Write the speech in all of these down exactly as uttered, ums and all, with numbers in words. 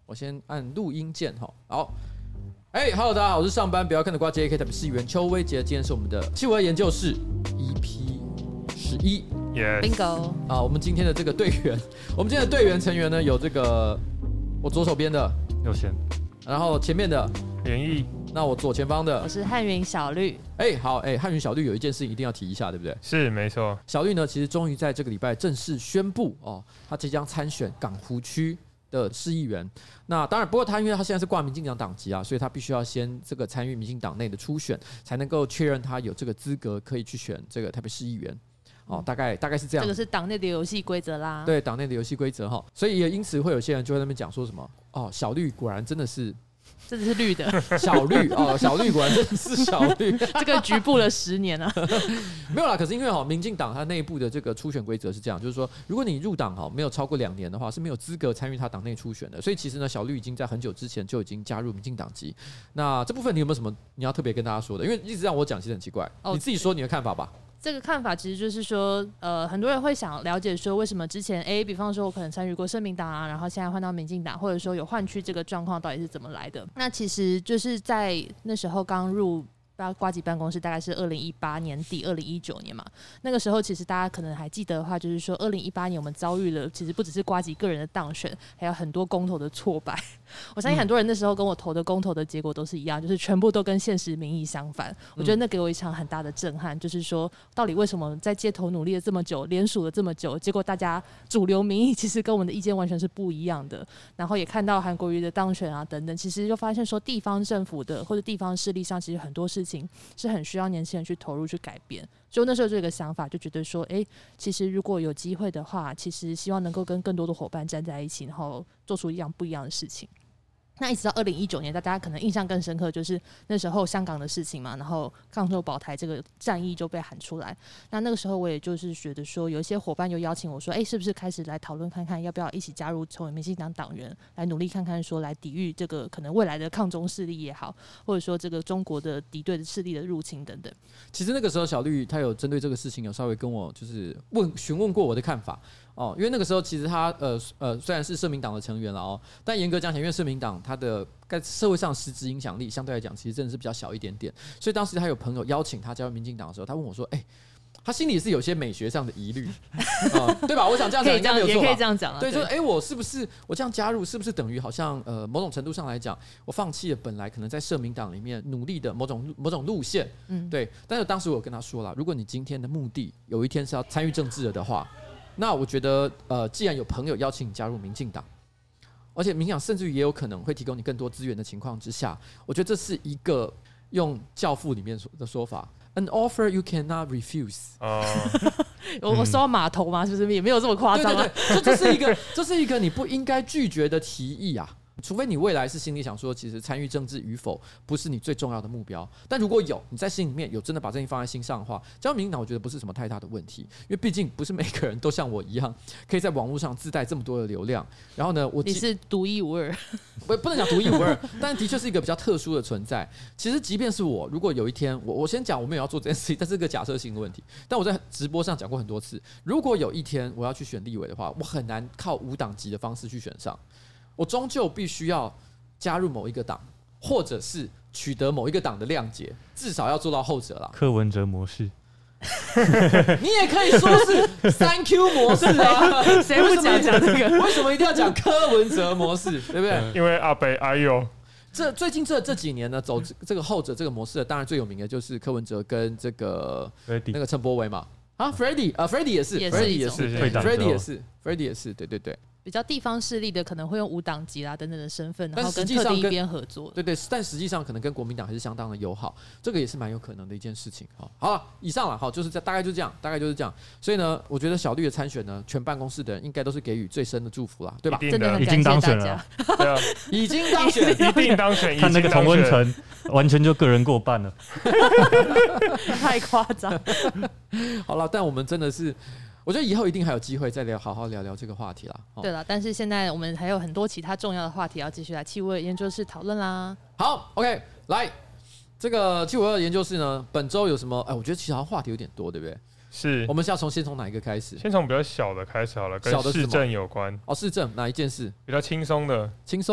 我先按录音键哈。好，哎、欸、，Hello， 大家好，我是上班不要看的瓜 J K， 特别是袁秋威杰。今天是我们的气味研究室 E P 十一 ，Bingo 啊，我们今天的这个队员，我们今天的队员成员呢有这个我左手边的右贤， 然后前面的连毅。 那我左前方的我是汉云小绿。 哎、欸，好，哎、欸，汉云小绿有一件事情一定要提一下，对不对？ 是，没错。 小绿呢，其实终于在这个礼拜正式宣布哦，他即将参选港湖区的市议员。那当然，不过他因为他现在是挂民进党党籍啊，所以他必须要先这个参与民进党内的初选，才能够确认他有这个资格可以去选这个台北市议员。哦，大概大概是这样。 这个是党内的游戏规则啦。 对，党内的游戏规则哈，所以也因此会有些人就在那边讲说什么哦，小绿果然真的是。 真的是绿的， 小绿哦，小绿果然真的是小绿。 这个局部了十年了， 没有啦。可是因为哈，民进党它内部的这个初选规则是这样，就是说，如果你入党哈没有超过两年的话，是没有资格参与他党内初选的。所以其实呢，小绿已经在很久之前就已经加入民进党籍。那这部分你有没有什么你要特别跟大家说的？因为一直让我讲，其实很奇怪。哦、你自己说你的看法吧。 这个看法其实就是说，呃，很多人会想了解说，为什么之前，哎，比方说我可能参与过社民党啊，然后现在换到民进党，或者说有换区这个状况到底是怎么来的？那其实就是在那时候刚入呱吉办公室，大概是二零一八年底、二零一九年嘛。那个时候其实大家可能还记得的话，就是说二零一八年我们遭遇了，其实不只是呱吉个人的当选，还有很多公投的挫败。我相信很多人那时候跟我投的公投的结果都是一样，就是全部都跟现实民意相反。我觉得那给我一场很大的震撼，就是说到底为什么在街头努力了这么久，联署了这么久，结果大家主流民意其实跟我们的意见完全是不一样的。然后也看到韩国瑜的当选啊等等，其实就发现说地方政府的或者地方势力上，其实很多事情是很需要年轻人去投入去改变。所以那时候就有一个想法，就觉得说，哎、欸，其实如果有机会的话，其实希望能够跟更多的伙伴站在一起，然后做出一样不一样的事情。那一直到二零一九年，大家可能印象更深刻，就是那时候香港的事情嘛，然后抗中保台这个战役就被喊出来。那那个时候我也就是觉得说，有一些伙伴就邀请我说，哎、欸，是不是开始来讨论看看，要不要一起加入成为民进党党员，来努力看看说来抵御这个可能未来的抗中势力也好，或者说这个中国的敌对的势力的入侵等等。 其实那个时候小绿他有针对这个事情有稍微跟我就是问询问过我的看法。哦，因为那个时候其实他呃呃虽然是社民党的成员了哦，但严格讲起来，因为社民党他的在社会上实质影响力相对来讲，其实真的是比较小一点点。所以当时他有朋友邀请他加入民进党的时候，他问我说：“哎、欸，他心里是有些美学上的疑虑，呃，对吧？我想这样讲应该没有错吧？ 也可以这样讲啊。 对，说哎、欸，我是不是我这样加入，是不是等于好像呃某种程度上来讲，我放弃了本来可能在社民党里面努力的某种某种路线？嗯，对。但是当时我跟他说了，如果你今天的目的有一天是要参与政治了的话。”那我觉得，呃，既然有朋友邀请你加入民进党，而且民进党甚至于也有可能会提供你更多资源的情况之下，我觉得这是一个用《教父》里面的说法 ，an offer you cannot refuse。哦， 我我说到码头嘛，是不是也没有这么夸张、啊？ 对对对，这是一个，这是一个你不应该拒绝的提议啊。除非你未来是心里想说，其实参与政治与否不是你最重要的目标，但如果有你在心里面有真的把这件事放在心上的话，加入民进党我觉得不是什么太大的问题，因为毕竟不是每个人都像我一样可以在网络上自带这么多的流量。然后呢，我你是独一无二， 不不能讲独一无二，但的确是一个比较特殊的存在。其实即便是我，如果有一天我我先讲我没有要做这件事情，但是一个假设性的问题。但我在直播上讲过很多次，如果有一天我要去选立委的话，我很难靠无党籍的方式去选上，我终究必须要加入某一个党，或者是取得某一个党的谅解，至少要做到后者啦。 柯文哲模式， 你也可以说是三 Q 模式啊， 谁不讲讲这个？ 为什么一定要讲柯文哲模式？对不对？ 因为阿北阿佑。 这最近这这几年呢，走这个后者这个模式的，当然最有名的就是柯文哲跟这个那个陈柏惟嘛。啊 ，Freddy 啊 ，Freddy 也是 ，Freddy 也是 ，Freddy 也是 ，Freddy 也是，对对对。 比较地方势力的可能会用无党籍啦等等的身份，然后跟特定一边合作。 对对，但实际上可能跟国民党还是相当的友好，这个也是蛮有可能的一件事情。好，好了，以上了，好，就是大概就是这样，大概就是这样。所以呢，我觉得小绿的参选呢，全办公室的人应该都是给予最深的祝福啦，对吧？ 真的很已经当选了， 对啊，已经当选， 一定当选。 看那个同温层，完全就个人过半了， 太夸张。 好了，但我们真的是。我觉得以后一定还有机会再聊，好好聊聊这个话题啦。 对了，但是现在我们还有很多其他重要的话题要继续来气味研究室讨论啦。 好 ，OK， 来，这个气味研究室呢，本周有什么？哎，我觉得其实好像话题有点多，对不对？ 是。 我们是要从先从哪一个开始？ 先从比较小的开始好了，跟市政有关。 哦，市政哪一件事？ 比较轻松的。 轻松？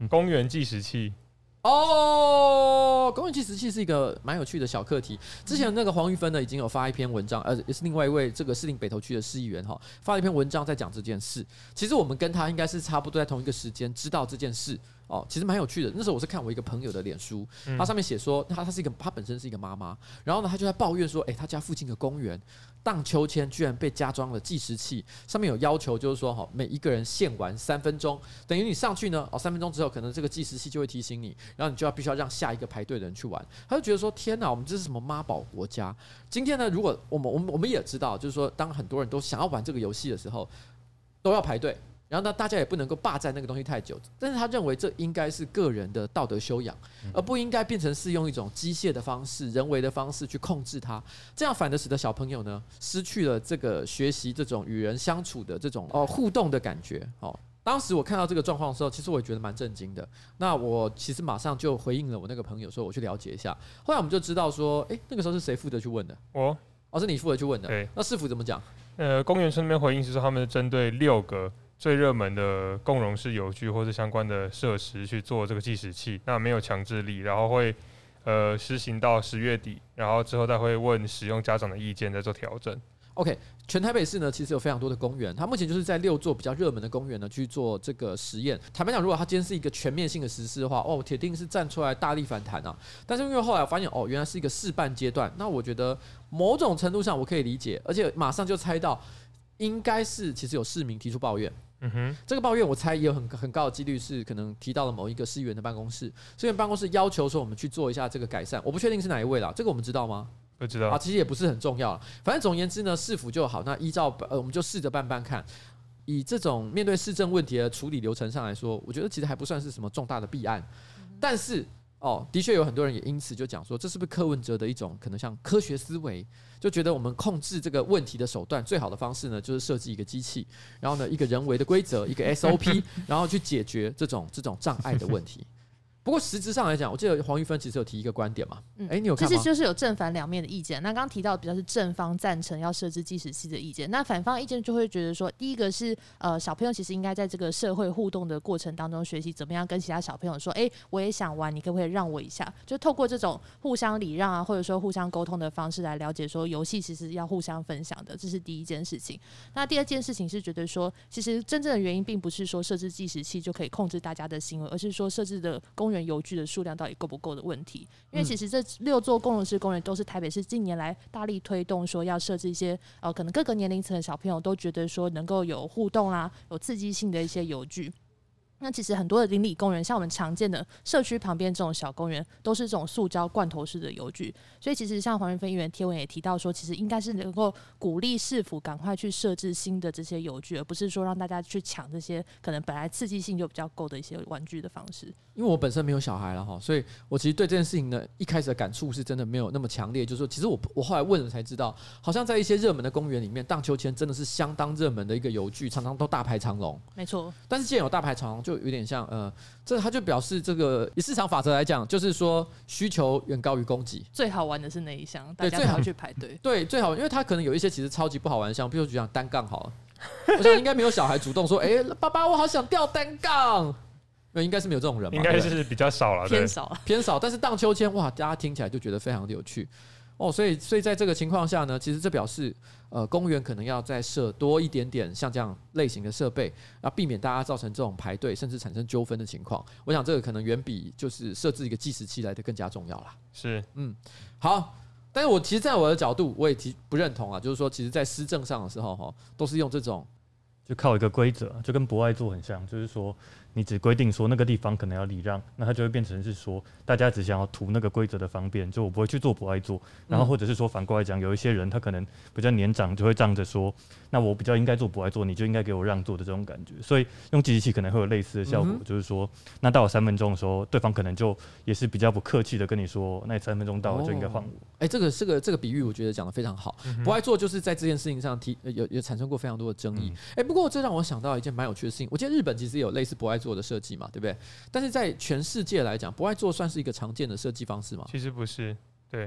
公园计时器。 哦，公园计时器是一个蛮有趣的小课题。之前那个黄玉芬呢，已经有发一篇文章，呃，也是另外一位这个士林北投区的市议员哈，发了一篇文章在讲这件事。其实我们跟他应该是差不多在同一个时间知道这件事哦，其实蛮有趣的。那时候我是看我一个朋友的脸书，他上面写说，他他是一个他本身是一个妈妈，然后呢，他就在抱怨说，哎、欸，他家附近的公园荡秋千居然被加装了计时器，上面有要求，就是说哈，每一个人限玩三分钟，等于你上去呢，哦，三分钟之后，可能这个计时器就会提醒你，然后你就要必须要让下一个排队的人去玩。他就觉得说，天哪，我们这是什么妈宝国家？今天呢，如果我们我们我们也知道，就是说，当很多人都想要玩这个游戏的时候，都要排队。然后呢，大家也不能够霸占那个东西太久，但是他认为这应该是个人的道德修养，而不应该变成是用一种机械的方式、人为的方式去控制它。这样反而使得小朋友呢失去了这个学习这种与人相处的这种哦互动的感觉。哦，当时我看到这个状况的时候，其实我也觉得蛮震惊的。那我其实马上就回应了我那个朋友，说我去了解一下。后来我们就知道说，哎，那个时候是谁负责去问的？ 我哦，是你负责去问的。 对， 那市府怎么讲？ 呃，公园村那边回应是说，他们针对六个最热门的共融式游具或是相关的设施去做这个计时器，那没有强制力，然后会呃施行到十月底，然后之后再会问使用家长的意见再做调整。 OK， 全台北市呢其实有非常多的公园，它目前就是在六座比较热门的公园呢去做这个实验。坦白讲，如果它今天是一个全面性的实施的话，哦，铁定是站出来大力反弹啊。但是因为后来我发现，哦，原来是一个试办阶段，那我觉得某种程度上我可以理解，而且马上就猜到，应该是其实有市民提出抱怨。 嗯哼， 这个抱怨我猜也有很很高的几率是可能提到了某一个市议员的办公室，市议员办公室要求说我们去做一下这个改善，我不确定是哪一位啦，这个我们知道吗？ 不知道啊，其实也不是很重要了。反正总而言之呢，市府就好，那依照呃我们就试着办办看。以这种面对市政问题的处理流程上来说，我觉得其实还不算是什么重大的弊案，但是哦，的确有很多人也因此就讲说，这是不是柯文哲的一种可能像科学思维，就觉得我们控制这个问题的手段最好的方式呢，就是设计一个机器，然后呢一个人为的规则，一个 S O P， 然后去解决这种这种障碍的问题。不过实质上来讲，我记得黄玉芬其实有提一个观点嘛，哎、欸，你有看吗？ 其实就是有正反两面的意见。那刚刚提到比较是正方赞成要设置计时器的意见，那反方意见就会觉得说，第一个是呃小朋友其实应该在这个社会互动的过程当中学习怎么样跟其他小朋友说，哎、欸，我也想玩，你可不可以让我一下？就透过这种互相礼让啊，或者说互相沟通的方式来了解说，游戏其实要互相分享的，这是第一件事情。那第二件事情是觉得说，其实真正的原因并不是说设置计时器就可以控制大家的行为，而是说设置的公园游具的数量到底够不够的问题。因为其实这六座共融式公园都是台北市近年来大力推动说要设置一些呃可能各个年龄层的小朋友都觉得说能够有互动啦、有刺激性的一些游具。那其实很多的邻里公园，像我们常见的社区旁边这种小公园，都是这种塑胶罐头式的游具。所以其实像黄元芬议员贴文也提到说，其实应该是能够鼓励市府赶快去设置新的这些游具，而不是说让大家去抢这些可能本来刺激性就比较够的一些玩具的方式。 因为我本身没有小孩了哈，所以我其实对这件事情呢，一开始的感触是真的没有那么强烈。就是说，其实我我后来问了才知道，好像在一些热门的公园里面，荡秋千真的是相当热门的一个游具，常常都大排长龙。 没错。但是既然有大排长龙，就有点像呃，这他就表示这个以市场法则来讲，就是说需求远高于供给。 最好玩的是哪一项？大家都要去排队。 对，最好，因为他可能有一些其实超级不好玩的项，比如说讲单杠好了，我想应该没有小孩主动说，哎、欸，爸爸，我好想吊单杠。应该是没有这种人吧， 应该是比较少了， 偏少偏少。但是荡秋千，哇，大家听起来就觉得非常的有趣哦。所以，所以在这个情况下呢，其实这表示，呃，公园可能要再设多一点点像这样类型的设备，要避免大家造成这种排队甚至产生纠纷的情况。我想这个可能远比就是设置一个计时器来的更加重要啦。 是， 嗯，好。但是我其实在我的角度，我也提不认同啊，就是说，其实，在施政上的时候，哈，都是用这种。 就靠一个规则，就跟博爱座很像，就是说你只规定说那个地方可能要礼让，那它就会变成是说大家只想要图那个规则的方便，就我不会去做博爱座，然后或者是说反过来讲，有一些人他可能比较年长，就会仗着说，那我比较应该做博爱座，你就应该给我让座的这种感觉，所以用计时器可能会有类似的效果，嗯、就是说，那到了三分钟的时候，对方可能就也是比较不客气的跟你说，那三分钟到了就应该换我。 哎、哦欸，这个这个这个比喻我觉得讲得非常好，博、嗯、爱座就是在这件事情上提有有产生过非常多的争议，哎、嗯。不过这让我想到一件蛮有趣的事情，我记得日本其实也有类似博爱座的设计嘛，对不对？但是在全世界来讲，博爱座算是一个常见的设计方式吗？ 其实不是，对。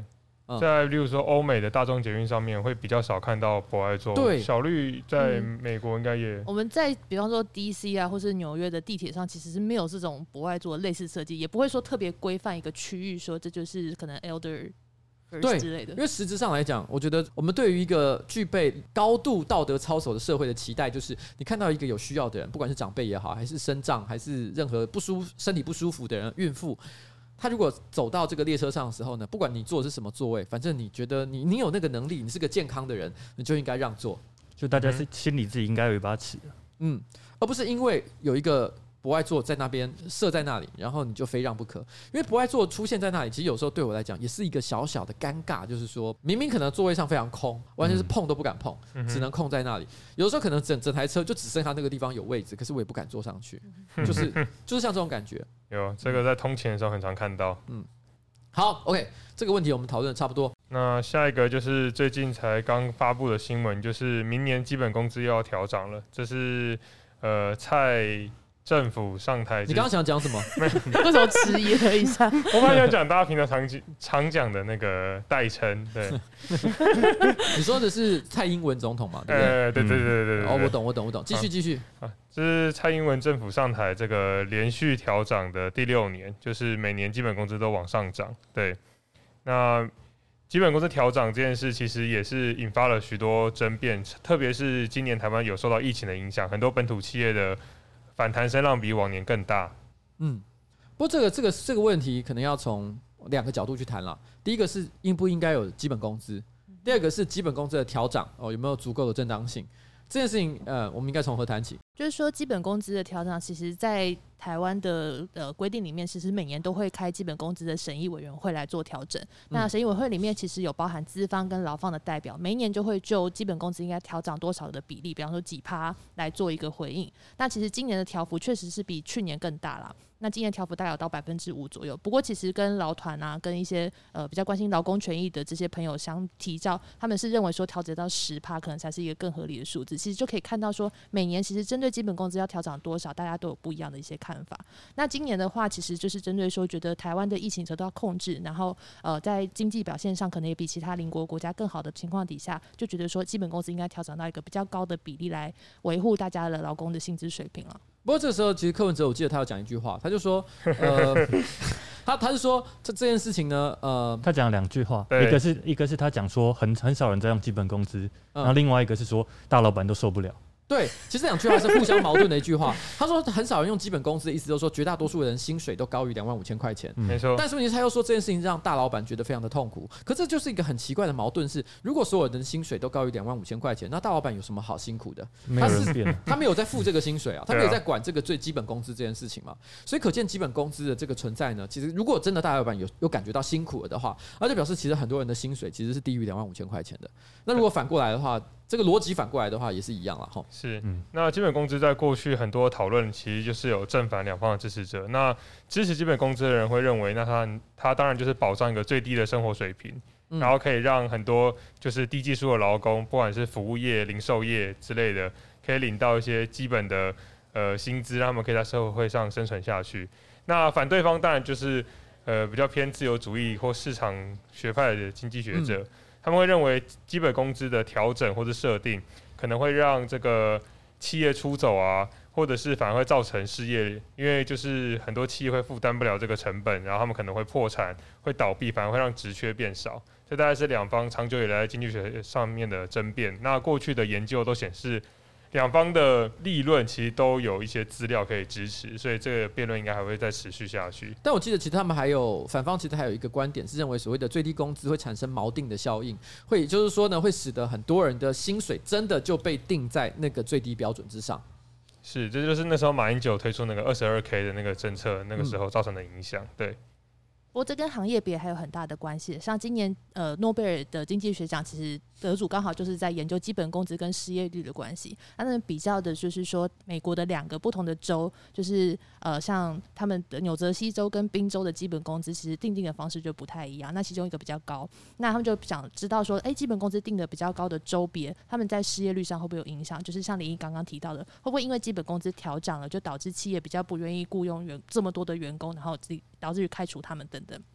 嗯、 在例如说欧美的大众捷运上面会比较少看到博爱座， 对， 小绿在美国应该也、 嗯，我们在比方说 D C 啊，或是纽约的地铁上，其实是没有这种博爱座的类似设计，也不会说特别规范一个区域，说这就是可能 elder。 对之类的， 因为实质上来讲，我觉得我们对于一个具备高度道德操守的社会的期待，就是你看到一个有需要的人，不管是长辈也好，还是身障，还是任何不舒身体不舒服的人，孕妇，他如果走到这个列车上的时候呢，不管你坐的是什么座位，反正你觉得你你有那个能力，你是个健康的人，你就应该让座。 就大家是心里自己应该有一把尺， 嗯，而不是因为有一个博爱座在那边设在那里，然后你就非让不可。因为博爱座出现在那里，其实有时候对我来讲也是一个小小的尴尬，就是说明明可能座位上非常空，完全是碰都不敢碰，嗯、只能空在那里。有的时候可能整整台车就只剩下那个地方有位置，可是我也不敢坐上去，就是就是像这种感觉。 有这个在通勤的时候很常看到。 嗯，好 ，OK， 这个问题我们讨论的差不多。 那下一个就是最近才刚发布的新闻，就是明年基本工资又要调涨了。这是呃蔡政府上台， 你刚刚想讲什么？ 为什么迟疑了一下？ 我本来想讲大家平常常常讲的那个代称，对。 你说的是蔡英文总统嘛？对不对？ 呃，对对对对 对, 对。 哦，我懂，我懂，我懂。继续，继续。 啊，这是蔡英文政府上台这个连续调涨的第六年，就是每年基本工资都往上涨。对，那基本工资调涨这件事，其实也是引发了许多争辩，特别是今年台湾有受到疫情的影响，很多本土企业的反弹声浪比往年更大。 嗯，不过这个这个这个问题可能要从两个角度去谈了。第一个是应不应该有基本工资，第二个是基本工资的调涨哦有没有足够的正当性。这件事情，呃，我们应该从何谈起？ 就是说，基本工资的调整，其实在台湾的呃规定里面，其实每年都会开基本工资的审议委员会来做调整。那审议委员会里面其实有包含资方跟劳方的代表，每一年就会就基本工资应该调涨多少的比例，比方说几趴来做一个回应。那其实今年的调幅确实是比去年更大啦。那今年调幅大概有到百分之五左右，不过其实跟劳团啊，跟一些呃比较关心劳工权益的这些朋友相提较，他们是认为说调整到十趴可能才是一个更合理的数字。其实就可以看到说，每年其实针对基本工资要调涨多少，大家都有不一样的一些看法。那今年的话，其实就是针对说，觉得台湾的疫情得到控制，然后呃在经济表现上可能也比其他邻国国家更好的情况底下，就觉得说基本工资应该调整到一个比较高的比例来维护大家的劳工的薪资水平了。 不过这个时候，其实柯文哲我记得他有讲一句话，他就说，呃，他他是说这这件事情呢，呃， 他讲两句话，一个是一个是他讲说很很少人在用基本工资，嗯、然后另外一个是说大老板都受不了。 对，其实这两句话是互相矛盾的一句话。他说很少人用基本工资的意思，就是说绝大多数人薪水都高于两万五千块钱。 没错。 但是问题是他又说这件事情让大老板觉得非常的痛苦。可这就是一个很奇怪的矛盾是，如果所有人的薪水都高于两万五千块钱，那大老板有什么好辛苦的？ 没有人变， 他没有在付这个薪水啊，他没有在管这个最基本工资这件事情嘛。所以可见基本工资的这个存在呢，其实如果真的大老板有有感觉到辛苦了的话，那就表示其实很多人的薪水其实是低于两万五千块钱的。那如果反过来的话，这个逻辑反过来的话也是一样了哈。 是，那基本工资在过去很多讨论，其实就是有正反两方的支持者。那支持基本工资的人会认为，那他他当然就是保障一个最低的生活水平，嗯、然后可以让很多就是低技术的劳工，不管是服务业、零售业之类的，可以领到一些基本的呃薪资，让他们可以在社会上生存下去。那反对方当然就是呃比较偏自由主义或市场学派的经济学者。嗯他们会认为基本工资的调整或是设定，可能会让这个企业出走啊，或者是反而会造成失业，因为就是很多企业会负担不了这个成本，然后他们可能会破产、会倒闭，反而会让职缺变少。这大概是两方长久以来经济学上面的争辩。那过去的研究都显示，两方的立论其实都有一些资料可以支持，所以这个辩论应该还会再持续下去。 但我记得其实他们还有反方，其实还有一个观点是认为所谓的最低工资会产生锚定的效应，会也就是说呢，会使得很多人的薪水真的就被定在那个最低标准之上。 是，这就是那时候马英九推出那个二十二 K 的那个政策，那个时候造成的影响。嗯、对。 不过这跟行业别还有很大的关系。像今年呃诺贝尔的经济学奖，其实得主刚好就是在研究基本工资跟失业率的关系。他们比较的就是说，美国的两个不同的州，就是呃像他们的纽泽西州跟宾州的基本工资，其实定定的方式就不太一样。那其中一个比较高，那他们就想知道说，哎、欸，基本工资定的比较高的州别，他们在失业率上会不会有影响？就是像林毅刚刚提到的，会不会因为基本工资调涨了，就导致企业比较不愿意雇佣员这么多的员工，然后自己导致于开除他们等等。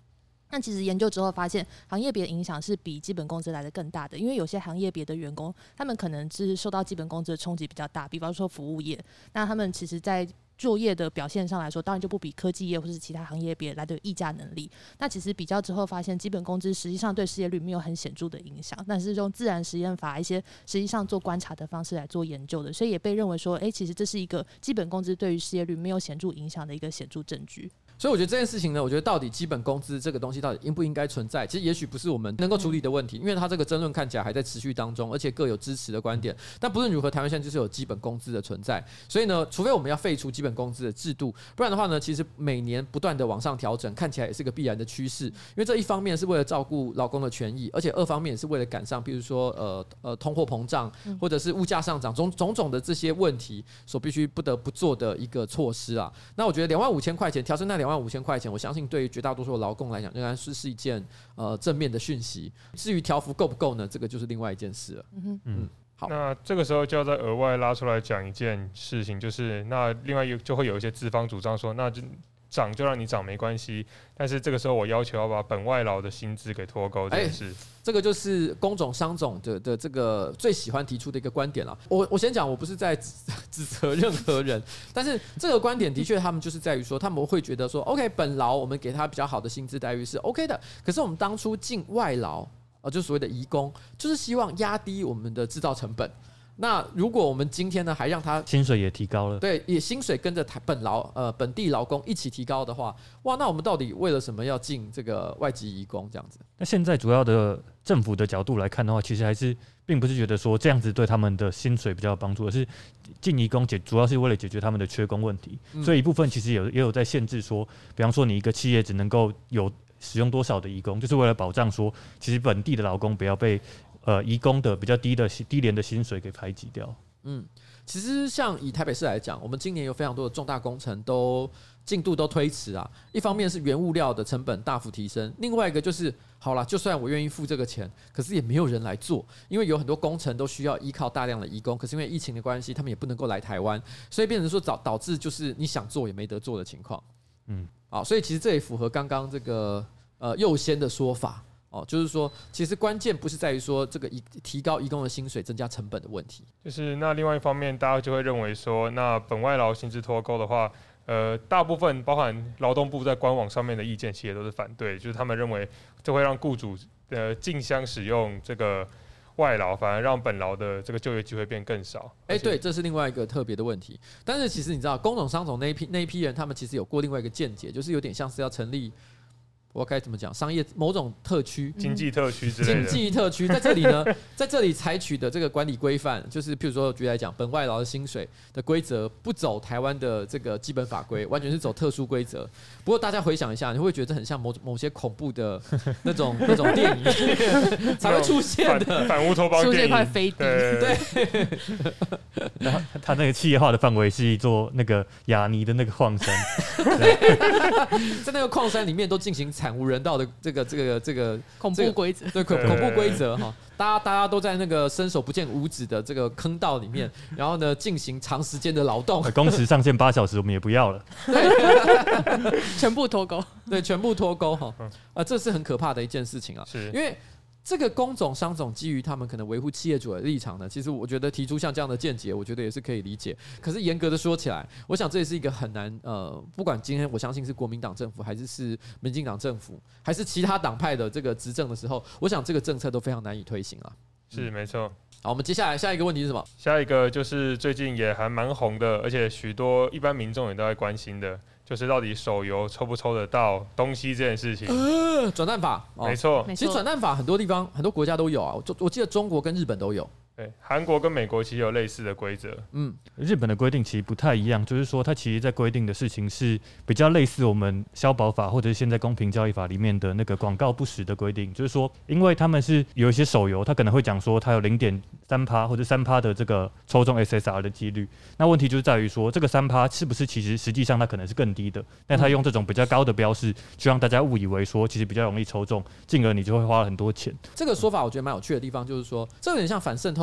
那其实研究之后发现，行业别的影响是比基本工资来的更大的，因为有些行业别的员工，他们可能是受到基本工资的冲击比较大，比方说服务业，那他们其实在就业的表现上来说，当然就不比科技业或是其他行业别来的有议价能力。那其实比较之后发现，基本工资实际上对失业率没有很显著的影响，但是用自然实验法一些实际上做观察的方式来做研究的，所以也被认为说，哎，其实这是一个基本工资对于失业率没有显著影响的一个显著证据。 所以我觉得这件事情呢，我觉得到底基本工资这个东西到底应不应该存在，其实也许不是我们能够处理的问题，因为它这个争论看起来还在持续当中，而且各有支持的观点。但不论如何，台湾现在就是有基本工资的存在，所以呢，除非我们要废除基本工资的制度，不然的话呢，其实每年不断的往上调整，看起来也是个必然的趋势。因为这一方面是为了照顾劳工的权益，而且二方面也是为了赶上，比如说呃呃通货膨胀或者是物价上涨种种种的这些问题所必须不得不做的一个措施啊。那我觉得两万五千块钱调升到两万五千块钱，我想。相信对于绝大多数的劳工来讲，仍然是是一件呃正面的讯息。至于调幅够不够呢？这个就是另外一件事了。嗯嗯，好。那这个时候就要再额外拉出来讲一件事情，就是那另外就会有一些资方主张说，那就涨就让你涨没关系，但是这个时候我要求要把本外劳的薪资给脱钩这件事。欸这个就是工种商种 的, 的这个最喜欢提出的一个观点了。我我先讲，我不是在指责任何人，但是这个观点的确，他们就是在于说，他们会觉得说 ，OK， 本劳我们给他比较好的薪资待遇是 OK 的，可是我们当初进外劳，呃，就是所谓的移工，就是希望压低我们的制造成本。那如果我们今天呢，还让他薪水也提高了， 对，也薪水跟着台本劳呃本地劳工一起提高的话，哇，那我们到底为了什么要进这个外籍移工这样子？ 那现在主要的政府的角度来看的话，其实还是并不是觉得说这样子对他们的薪水比较有帮助，而是进移工解主要是为了解决他们的缺工问题，嗯、所以一部分其实有也有在限制说，比方说你一个企业只能够有使用多少的移工，就是为了保障说，其实本地的劳工不要被呃移工的比较低的低廉的薪水给排挤掉。 嗯，其实像以台北市来讲，我们今年有非常多的重大工程都进度都推迟啊。一方面是原物料的成本大幅提升，另外一个就是好啦，就算我愿意付这个钱，可是也没有人来做，因为有很多工程都需要依靠大量的移工，可是因为疫情的关系，他们也不能够来台湾，所以变成说导导致就是你想做也没得做的情况。嗯，好，所以其实这也符合刚刚这个呃右先的说法。哦，就是说，其实关键不是在于说这个提高移工的薪水、增加成本的问题。 就是那另外一方面，大家就会认为说，那本外劳薪资脱钩的话，呃，大部分包含劳动部在官网上面的意见，其实也都是反对，就是他们认为这会让雇主呃竞相使用这个外劳，反而让本劳的这个就业机会变更少。 哎、欸，对，这是另外一个特别的问题。但是其实你知道，工种商种那一批那一批人，他们其实有过另外一个见解，就是有点像是要成立。我该怎么讲？商业某种特区、 经济特区之类的。 经济特区在这里呢，在这里采取的这个管理规范，就是譬如说，举例来讲，本外劳的薪水的规则不走台湾的这个基本法规，完全是走特殊规则。不过大家回想一下，你会觉得很像某某些恐怖的那种那种电影才会出现的反乌托邦电影， 出现一块飞地。 对。 然后他那个企业化的范围是一座那个亚泥的那个矿山， 在那个矿山里面都进行惨无人道的这个这个这个恐怖规则， 对恐恐怖规则哈，大家大家都在那个伸手不见五指的这个坑道里面，然后呢进行长时间的劳动， 工时上限八小时，我们也不要了， 全部脱钩， 对，全部脱钩哈，啊，这是很可怕的一件事情啊，因为。这个工种商种基于他们可能维护企业主的立场呢，其实我觉得提出像这样的见解，我觉得也是可以理解。可是严格的说起来，我想这也是一个很难呃，不管今天我相信是国民党政府，还是是民进党政府，还是其他党派的这个执政的时候，我想这个政策都非常难以推行了。 是没错。 好，我们接下来下一个问题是什么？ 下一个就是最近也还蛮红的，而且许多一般民众也都在关心的。就是到底手游抽不抽得到东西这件事情， 呃，转蛋法， 哦、没错， 其实转蛋法很多地方、很多国家都有啊，我我记得中国跟日本都有。 对，韩国跟美国其实有类似的规则。 嗯，日本的规定其实不太一样，就是说它其实在规定的事情是比较类似我们消保法或者是现在公平交易法里面的那个广告不实的规定，就是说，因为他们是有一些手游，它可能会讲说它有零点三趴或者三趴的这个抽中 S S R 的几率，那问题就是在于说这个三趴是不是其实实际上它可能是更低的，但它用这种比较高的标示，就让大家误以为说其实比较容易抽中，进而你就会花了很多钱。 这个说法我觉得蛮有趣的地方就是说，这有点像反渗透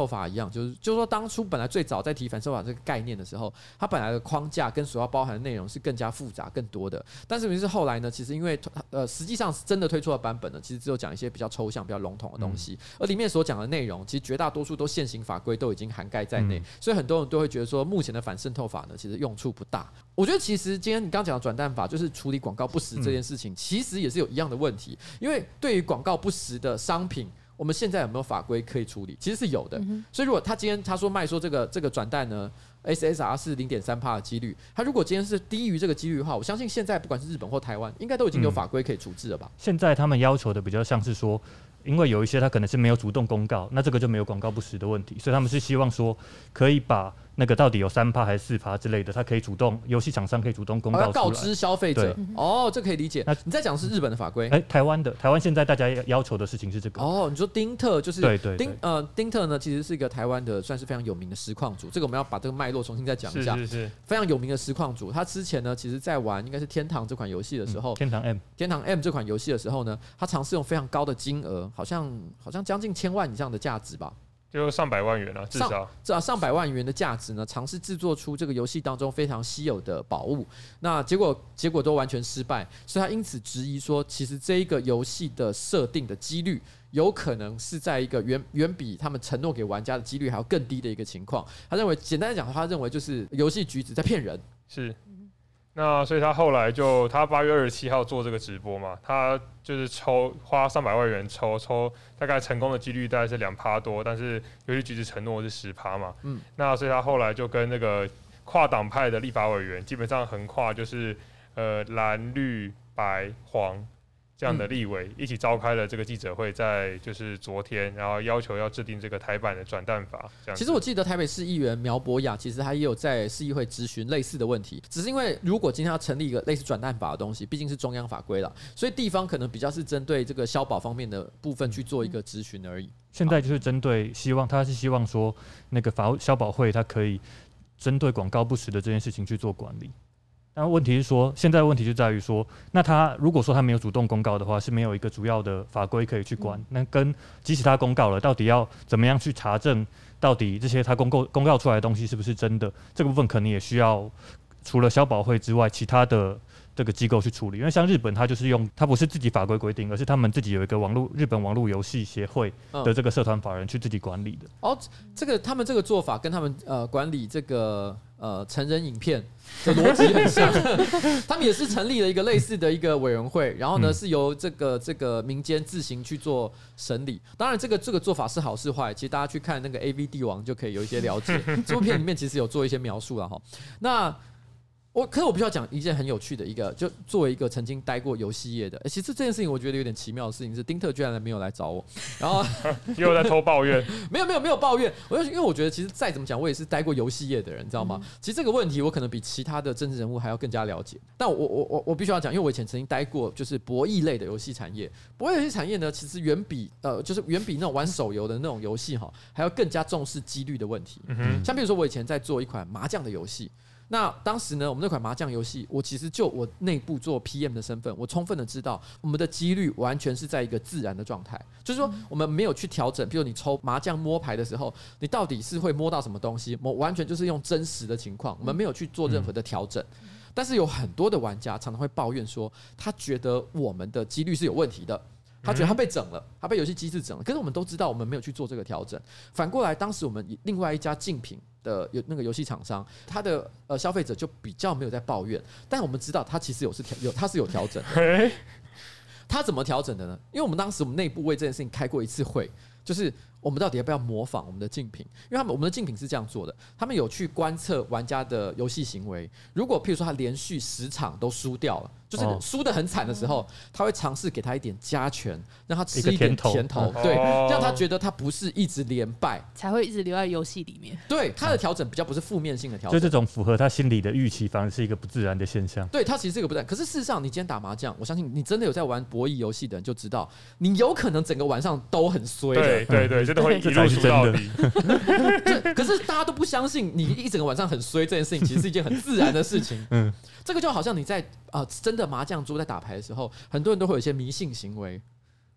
法一样，就是就是说当初本来最早在提反渗透法这个概念的时候，它本来的框架跟所要包含的内容是更加复杂更多的，但是于是后来呢，其实因为呃实际上真的推出的版本呢，其实只有讲一些比较抽象、比较笼统的东西，嗯、而里面所讲的内容，其实绝大多数都现行法规都已经涵盖在内，嗯、所以很多人都会觉得说，目前的反渗透法呢，其实用处不大。我觉得其实今天你刚讲的转蛋法，就是处理广告不实这件事情，嗯、其实也是有一样的问题，因为对于广告不实的商品。我们现在有没有法规可以处理？其实是有的。嗯、所以如果他今天他说卖说这个这个转蛋呢 ，S S R 是 零点三 的几率，他如果今天是低于这个几率的话，我相信现在不管是日本或台湾，应该都已经有法规可以处置了吧？ 现在他们要求的比较像是说，因为有一些他可能是没有主动公告，那这个就没有广告不实的问题，所以他们是希望说可以把那个到底有三趴还是四趴之类的，他可以主动游戏厂商可以主动公告出来， 哦、告知消费者。哦，这可以理解。那你在讲的是日本的法规？ 哎、欸，台湾的台湾现在大家要求的事情是这个。 哦，你说丁特就是对对丁呃丁特呢，其实是一个台湾的算是非常有名的实况主，这个我们要把这个脉络重新再讲一下。 是是是， 非常有名的实况主，他之前呢，其实在玩应该是天堂这款游戏的时候， 嗯、天堂 M 天堂 M 这款游戏的时候呢，他尝试用非常高的金额，好像好像将近千万以上的价值吧。 就上百万元啊，至少上上百万元的价值呢，尝试制作出这个游戏当中非常稀有的宝物，那结果结果都完全失败，所以他因此质疑说，其实这一个游戏的设定的几率，有可能是在一个远远比他们承诺给玩家的几率还要更低的一个情况。他认为，简单来讲，他认为就是游戏局子在骗人。 是。那所以他后来就他八月二十七号做这个直播嘛，他就是抽花三百万元抽抽，大概成功的几率大概是两趴多，但是游戏局子承诺是十趴嘛，嗯，那所以他后来就跟那个跨党派的立法委员，基本上横跨就是呃蓝绿白黄这样的立委一起召开了这个记者会，在就是昨天，然后要求要制定这个台版的转蛋法。这样， 其实我记得台北市议员苗博雅，其实他也有在市议会质询类似的问题，只是因为如果今天要成立一个类似转蛋法的东西，毕竟是中央法规了，所以地方可能比较是针对这个消保方面的部分去做一个质询而已。 现在就是针对希望，他是希望说那个法消保会，他可以针对广告不实的这件事情去做管理。但问题是说，现在的问题就在于说，那他如果说他没有主动公告的话，是没有一个主要的法规可以去管。嗯、那跟即使他公告了，到底要怎么样去查证，到底这些他公告公告出来的东西是不是真的？这个部分可能也需要除了消保会之外，其他的这个机构去处理。因为像日本，它就是用它不是自己法规规定，而是他们自己有一个网络日本网络游戏协会的这个社团法人去自己管理的。 嗯、哦，这个他们这个做法跟他们呃管理这个。呃，成人影片的逻辑很像，他们也是成立了一个类似的一个委员会，然后呢、嗯、是由这个这个民间自行去做审理。当然，这个这个做法是好是坏，其实大家去看那个 A V 帝王就可以有一些了解。这部片里面其实有做一些描述了哈。那我可是我必须要讲一件很有趣的一个，就作为一个曾经待过游戏业的，欸、其实这件事情我觉得有点奇妙的事情是，丁特居然没有来找我，然后又在偷抱怨， 没有没有没有抱怨，我就因为我觉得其实再怎么讲，我也是待过游戏业的人，你知道吗？嗯、其实这个问题我可能比其他的政治人物还要更加了解，但我我我我必须要讲，因为我以前曾经待过就是博弈类的游戏产业，博弈游戏产业呢，其实远比呃就是远比那种玩手游的那种游戏哈，还要更加重视几率的问题。嗯、像比如说我以前在做一款麻将的游戏。那当时呢，我们那款麻将游戏，我其实就我内部做 P M 的身份，我充分的知道我们的几率完全是在一个自然的状态，就是说我们没有去调整，比如你抽麻将摸牌的时候，你到底是会摸到什么东西，我完全就是用真实的情况，我们没有去做任何的调整。但是有很多的玩家常常会抱怨说，他觉得我们的几率是有问题的。他觉得他被整了，他被游戏机制整了。可是我们都知道，我们没有去做这个调整。反过来，当时我们另外一家竞品的有那个游戏厂商，他的呃消费者就比较没有在抱怨，但我们知道他其实有是调有他是有调整的。他怎么调整的呢？因为我们当时我们内部为这件事情开过一次会，就是我们到底要不要模仿我们的竞品？因为他们我们的竞品是这样做的，他们有去观测玩家的游戏行为。如果譬如说他连续十场都输掉了，就是输得很惨的时候，他会尝试给他一点加权，让他吃一点甜头，对，让他觉得他不是一直连败， 才会一直留在游戏里面。 对，他的调整比较不是负面性的调整， 就这种符合他心理的预期，反而是一个不自然的现象。 对，他其实是一个不自然。可是事实上，你今天打麻将，我相信你真的有在玩博弈游戏的人就知道，你有可能整个晚上都很衰的。 对对对，真的会一路输到底。 可是大家都不相信你一整个晚上很衰这件事情，其实是一件很自然的事情。嗯，这个就好像你在呃真的麻将桌在打牌的时候，很多人都会有一些迷信行为。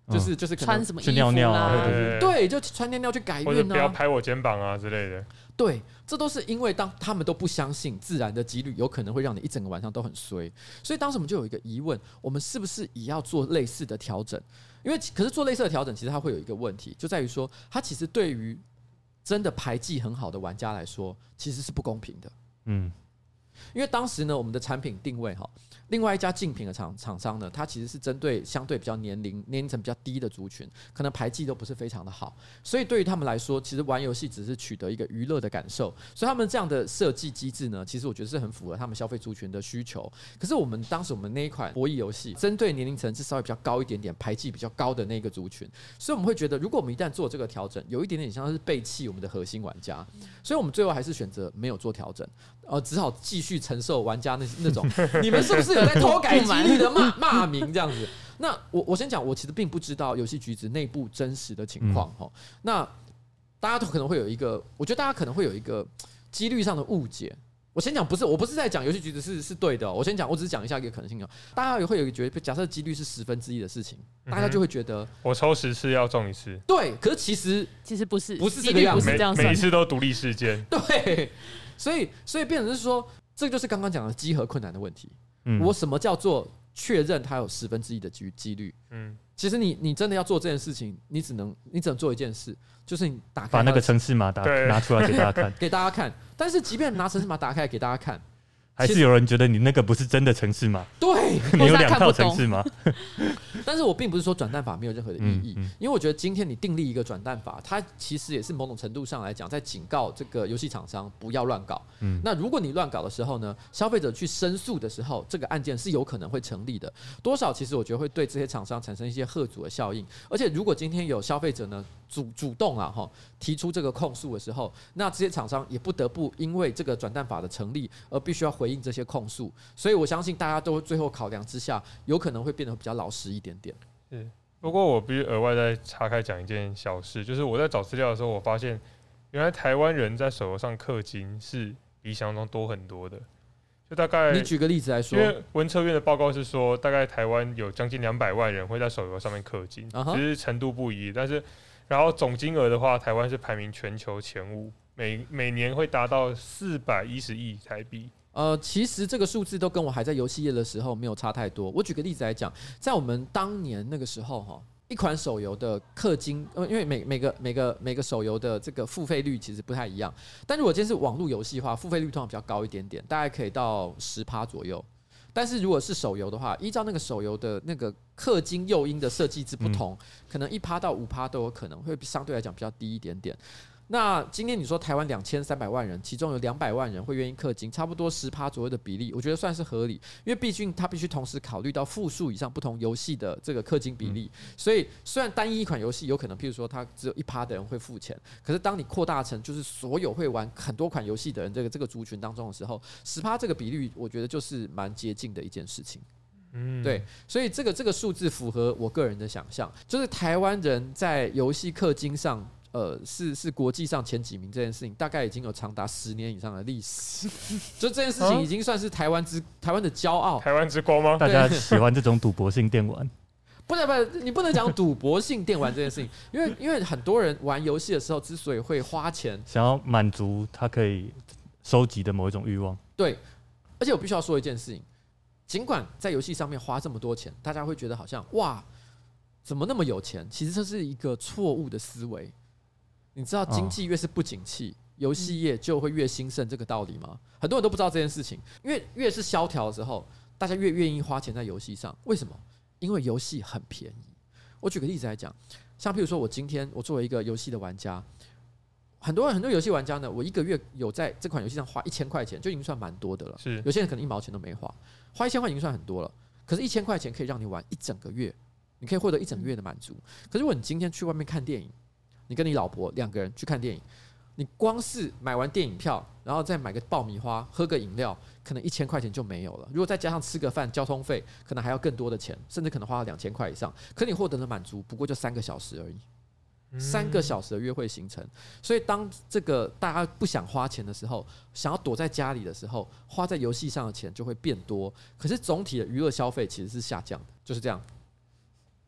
就是就是可能穿什么衣服尿尿啦， 啊， 对对，就穿尿尿去改或者运啊， 不要拍我肩膀啊之类的。 对，这都是因为当他们都不相信自然的几率有可能会让你一整个晚上都很衰，所以当时我们就有一个疑问：我们是不是也要做类似的调整？因为可是做类似的调整，其实它会有一个问题，就在于说，它其实对于真的牌技很好的玩家来说，其实是不公平的。嗯，因为当时呢，我们的产品定位哈，另外一家竞品的厂厂商呢，它其实是针对相对比较年龄年龄层比较低的族群，可能牌技都不是非常的好，所以对于他们来说，其实玩游戏只是取得一个娱乐的感受，所以他们这样的设计机制呢，其实我觉得是很符合他们消费族群的需求。可是我们当时我们那一款博弈游戏，针对年龄层是稍微比较高一点点，牌技比较高的那个族群，所以我们会觉得，如果我们一旦做这个调整，有一点点像是背弃我们的核心玩家，所以我们最后还是选择没有做调整，呃，只好继续承受玩家那那种你们是不是有在偷改机率的骂骂名这样子？那我我先讲，我其实并不知道游戏橘子内部真实的情况哈、嗯。那大家都可能会有一个，我觉得大家可能会有一个几率上的误解。我先讲，不是我不是在讲游戏橘子是是对的、哦，我先讲，我只是讲一下一个可能性哦。大家也会有一个觉得，假设几率是十分之一的事情，大家就会觉得、嗯、 我抽十次要中一次。 对，可是其实其实不是， 不是这个样子， 每每一次都独立事件。 对，所以所以变成是说，这就是刚刚讲的稽核困难的问题。 嗯、 我什么叫做确认它有十分之一的几率？嗯，其实你你真的要做这件事情，你只能你只能做一件事，就是你打开把那个程式码打拿出来给大家看， 给大家看。但是即便拿程式码打开给大家看， 还是有人觉得你那个不是真的程式码。 对， 你有两套程式码。 但是我并不是说转蛋法没有任何的意义，嗯嗯、因为我觉得今天你订立一个转蛋法，它其实也是某种程度上来讲，在警告这个游戏厂商不要乱搞。嗯、那如果你乱搞的时候呢，消费者去申诉的时候，这个案件是有可能会成立的。多少其实我觉得会对这些厂商产生一些吓阻的效应。而且如果今天有消费者呢主主动啊哈提出这个控诉的时候，那这些厂商也不得不因为这个转蛋法的成立而必须要回应这些控诉。所以我相信大家都最后考量之下，有可能会变得比较老实一点点。 是，不过我必须额外再岔开讲一件小事，就是我在找资料的时候，我发现原来台湾人在手游上氪金是比想象中多很多的。就大概你举个例子来说， 因为文策院的报告是说，大概台湾有将近两百万人会在手游上面氪金，只是程度不一，但是然后总金额的话，台湾是排名全球前五，每每年会达到四百一十亿台币。 呃，其实这个数字都跟我还在游戏业的时候没有差太多。我举个例子来讲，在我们当年那个时候哈，一款手游的氪金，呃，因为每每个每个每个手游的这个付费率其实不太一样。但如果今天是网络游戏的话，付费率通常比较高一点点，大概可以到百分之十左右。但是如果是手游的话，依照那个手游的那个氪金诱因的设计之不同，嗯、可能一趴到五趴都有可能会相对来讲比较低一点点。那今天你说台湾两千三百万人，其中有两百万人会愿意氪金，差不多十趴左右的比例，我觉得算是合理。因为毕竟它必须同时考虑到复数以上不同游戏的这个氪金比例，嗯、所以虽然单一一款游戏有可能，譬如说它只有一趴的人会付钱，可是当你扩大成就是所有会玩很多款游戏的人这个这个族群当中的时候，十趴这个比率，我觉得就是蛮接近的一件事情。嗯，对，所以这个这个数字符合我个人的想象，就是台湾人在游戏氪金上。呃，是是国际上前几名这件事情，大概已经有长达十年以上的历史。就这件事情已经算是台湾之台湾的骄傲， 台湾之光吗？ 大家喜欢这种赌博性电玩？ 不能不，你不能讲赌博性电玩这件事情，因为因为很多人玩游戏的时候，之所以会花钱， 想要满足他可以收集的某一种欲望。 对，而且我必须要说一件事情，尽管在游戏上面花这么多钱，大家会觉得好像哇，怎么那么有钱？其实这是一个错误的思维。你知道经济越是不景气，游戏业就会越兴盛这个道理吗？很多人都不知道这件事情，因为越是萧条的时候，大家越愿意花钱在游戏上。为什么？因为游戏很便宜。我举个例子来讲，像譬如说我今天我作为一个游戏的玩家，很多很多游戏玩家呢，我一个月有在这款游戏上花一千块钱，就已经算蛮多的了。 是有些人可能一毛钱都没花，花一千块已经算很多了。可是，一千块钱可以让你玩一整个月，你可以获得一整个月的满足。可是，如果你今天去外面看电影，你跟你老婆两个人去看电影，你光是买完电影票，然后再买个爆米花、喝个饮料，可能一千块钱就没有了。如果再加上吃个饭、交通费，可能还要更多的钱，甚至可能花了两千块以上。可你获得的满足不过就三个小时而已，嗯、三个小时的约会行程。所以当这个大家不想花钱的时候，想要躲在家里的时候，花在游戏上的钱就会变多。可是总体的娱乐消费其实是下降的，就是这样。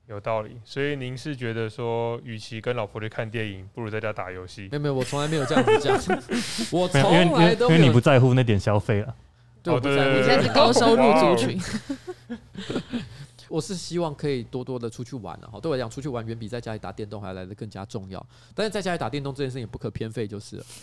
有道理。所以您是觉得说，与其跟老婆去看电影，不如在家打游戏？ 没有没有，我从来没有这样子讲，我从因为来都没有， 因为你不在乎那点消费了。 对，我不在乎。 你现在是高收入族群。 我是希望可以多多的出去玩啊，对我来讲，出去玩远比在家里打电动还来得更加重要。但是在家里打电动这件事情也不可偏废，就是了。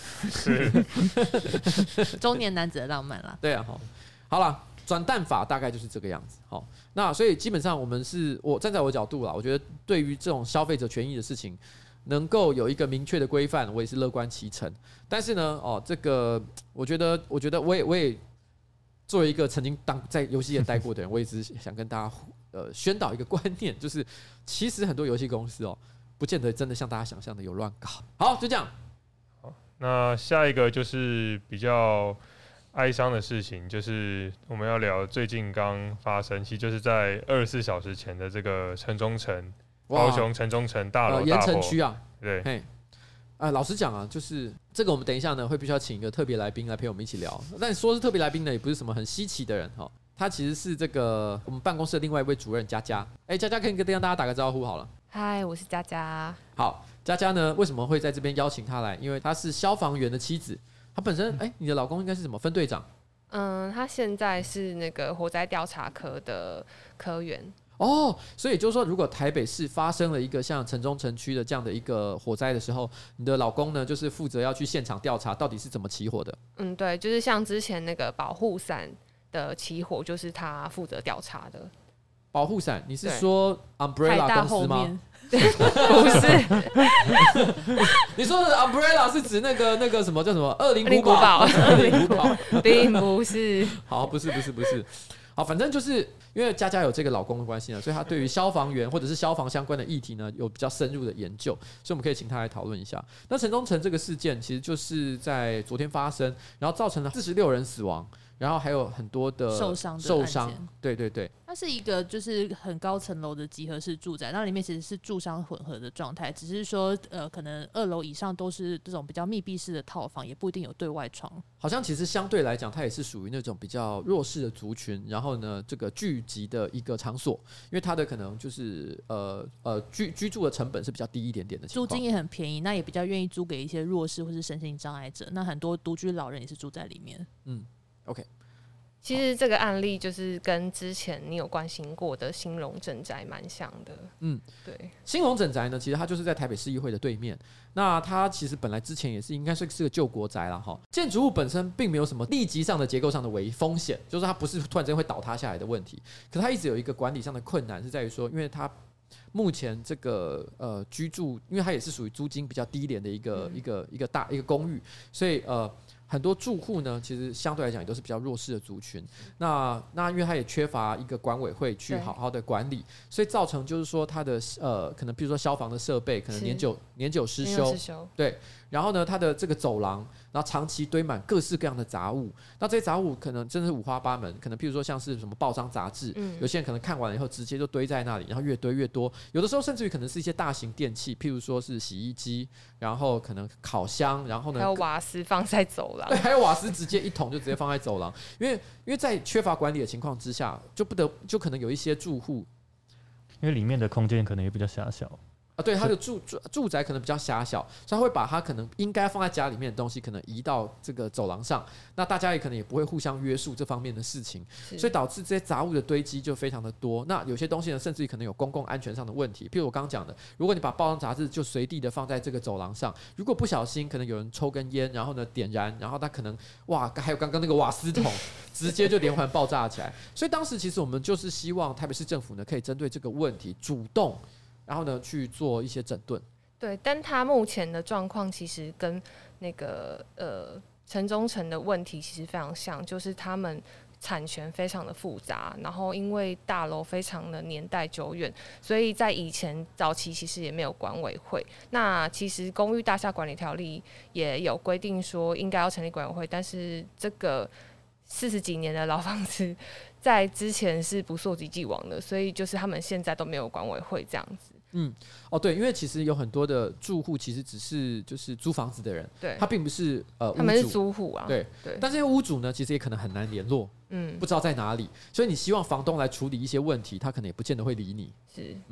是中年男子的浪漫啦。 对啊，好，好了，转蛋法大概就是这个样子。好，那所以基本上我们是我站在我的角度啦，我觉得对于这种消费者权益的事情，能够有一个明确的规范，我也是乐观其成。但是呢，哦，这个我觉得，我觉得我也我也作为一个曾经当在游戏业待过的人，我也只是想跟大家呃宣导一个观念，就是其实很多游戏公司哦，不见得真的像大家想象的有乱搞。好，就这样。 好，那下一个就是比较哀伤的事情，就是我们要聊最近刚发生，其实就是在二十四小时前的这个城中城，高雄城中城大楼盐大火， 城区啊， 对， 嘿。啊，老实讲啊，就是这个，我们等一下呢会必须要请一个特别来宾来陪我们一起聊。但说是特别来宾呢，也不是什么很稀奇的人哈，他其实是这个我们办公室的另外一位主任佳佳。哎，佳佳可以跟大家打个招呼好了。 嗨，我是佳佳。 好，佳佳呢为什么会在这边邀请她来？因为她是消防员的妻子，她本身哎，你的老公应该是什么分队长？ 嗯，他现在是那个火灾调查科的科员。 哦，所以就是说，如果台北市发生了一个像城中城区的这样的一个火灾的时候，你的老公呢，就是负责要去现场调查到底是怎么起火的。 嗯，对，就是像之前那个保护伞的起火，就是他负责调查的。 保护伞，你是说 Umbrella 公司吗？ 不是， 你说的 Umbrella 是指那个那个什么叫什么恶灵古堡？ 恶灵古堡， 并不是。 好，不是不是不是。好，反正就是因为佳佳有这个老公的关系呢，所以她对于消防员或者是消防相关的议题呢，有比较深入的研究，所以我们可以请她来讨论一下。那城中城这个事件，其实就是在昨天发生，然后造成了四十六人死亡，然后还有很多的受伤的受伤，对对对。 它是一个就是很高层楼的集合式住宅，那里面其实是住商混合的状态，只是说呃，可能二楼以上都是这种比较密闭式的套房，也不一定有对外窗。 好像其实相对来讲，它也是属于那种比较弱势的族群，然后呢，这个聚集的一个场所，因为它的可能就是呃呃居居住的成本是比较低一点点的情况， 租金也很便宜，那也比较愿意租给一些弱势或是身心障碍者，那很多独居老人也是住在里面。 嗯 ，OK。 其实这个案例就是跟之前你有关心过的兴隆镇宅蛮像的。嗯，对。 兴隆镇宅呢，其实它就是在台北市议会的对面。那它其实本来之前也是应该是是个旧国宅啦哈。建筑物本身并没有什么立即上的结构上的危风险，就是它不是突然间会倒塌下来的问题。可它一直有一个管理上的困难，是在于说，因为它目前这个呃居住，因为它也是属于租金比较低廉的一个、嗯、一个一个大一个公寓，所以呃。很多住户呢，其实相对来讲也都是比较弱势的族群。那那因为它也缺乏一个管委会去好好的管理，所以造成就是说它的呃，可能比如说消防的设备可能年久年久失修，对。然后呢，它的这个走廊，然后长期堆满各式各样的杂物。那这些杂物可能真的是五花八门，可能譬如说像是什么报章杂志，嗯、有些人可能看完了以后直接就堆在那里，然后越堆越多。有的时候甚至于可能是一些大型电器，譬如说是洗衣机，然后可能烤箱，然后呢还有瓦斯放在走廊， 对，还有瓦斯直接一桶就直接放在走廊。因为因为在缺乏管理的情况之下，就不得就可能有一些住户， 因为里面的空间可能也比较狭小。 啊，对，他的住住住宅可能比较狭小，所以他会把他可能应该放在家里面的东西，可能移到这个走廊上。那大家也可能也不会互相约束这方面的事情，所以导致这些杂物的堆积就非常的多。那有些东西呢，甚至于可能有公共安全上的问题。譬如我刚刚讲的，如果你把报章杂志就随地的放在这个走廊上，如果不小心可能有人抽根烟，然后呢点燃，然后他可能哇，还有刚刚那个瓦斯桶，直接就连环爆炸起来。所以当时其实我们就是希望台北市政府呢，可以针对这个问题主动。然后呢，去做一些整顿。 对，但他目前的状况其实跟那个呃城中城的问题其实非常像，就是他们产权非常的复杂，然后因为大楼非常的年代久远，所以在以前早期其实也没有管委会。那其实公寓大厦管理条例也有规定说应该要成立管委会，但是这个四十几年的老房子在之前是不溯及既往的，所以就是他们现在都没有管委会这样子。 嗯，哦对，因为其实有很多的住户其实只是就是租房子的人， 对， 他并不是呃屋主， 他们是租户啊， 对对。但这些屋主呢，其实也可能很难联络，嗯，不知道在哪里，所以你希望房东来处理一些问题，他可能也不见得会理你。 是， 嗯。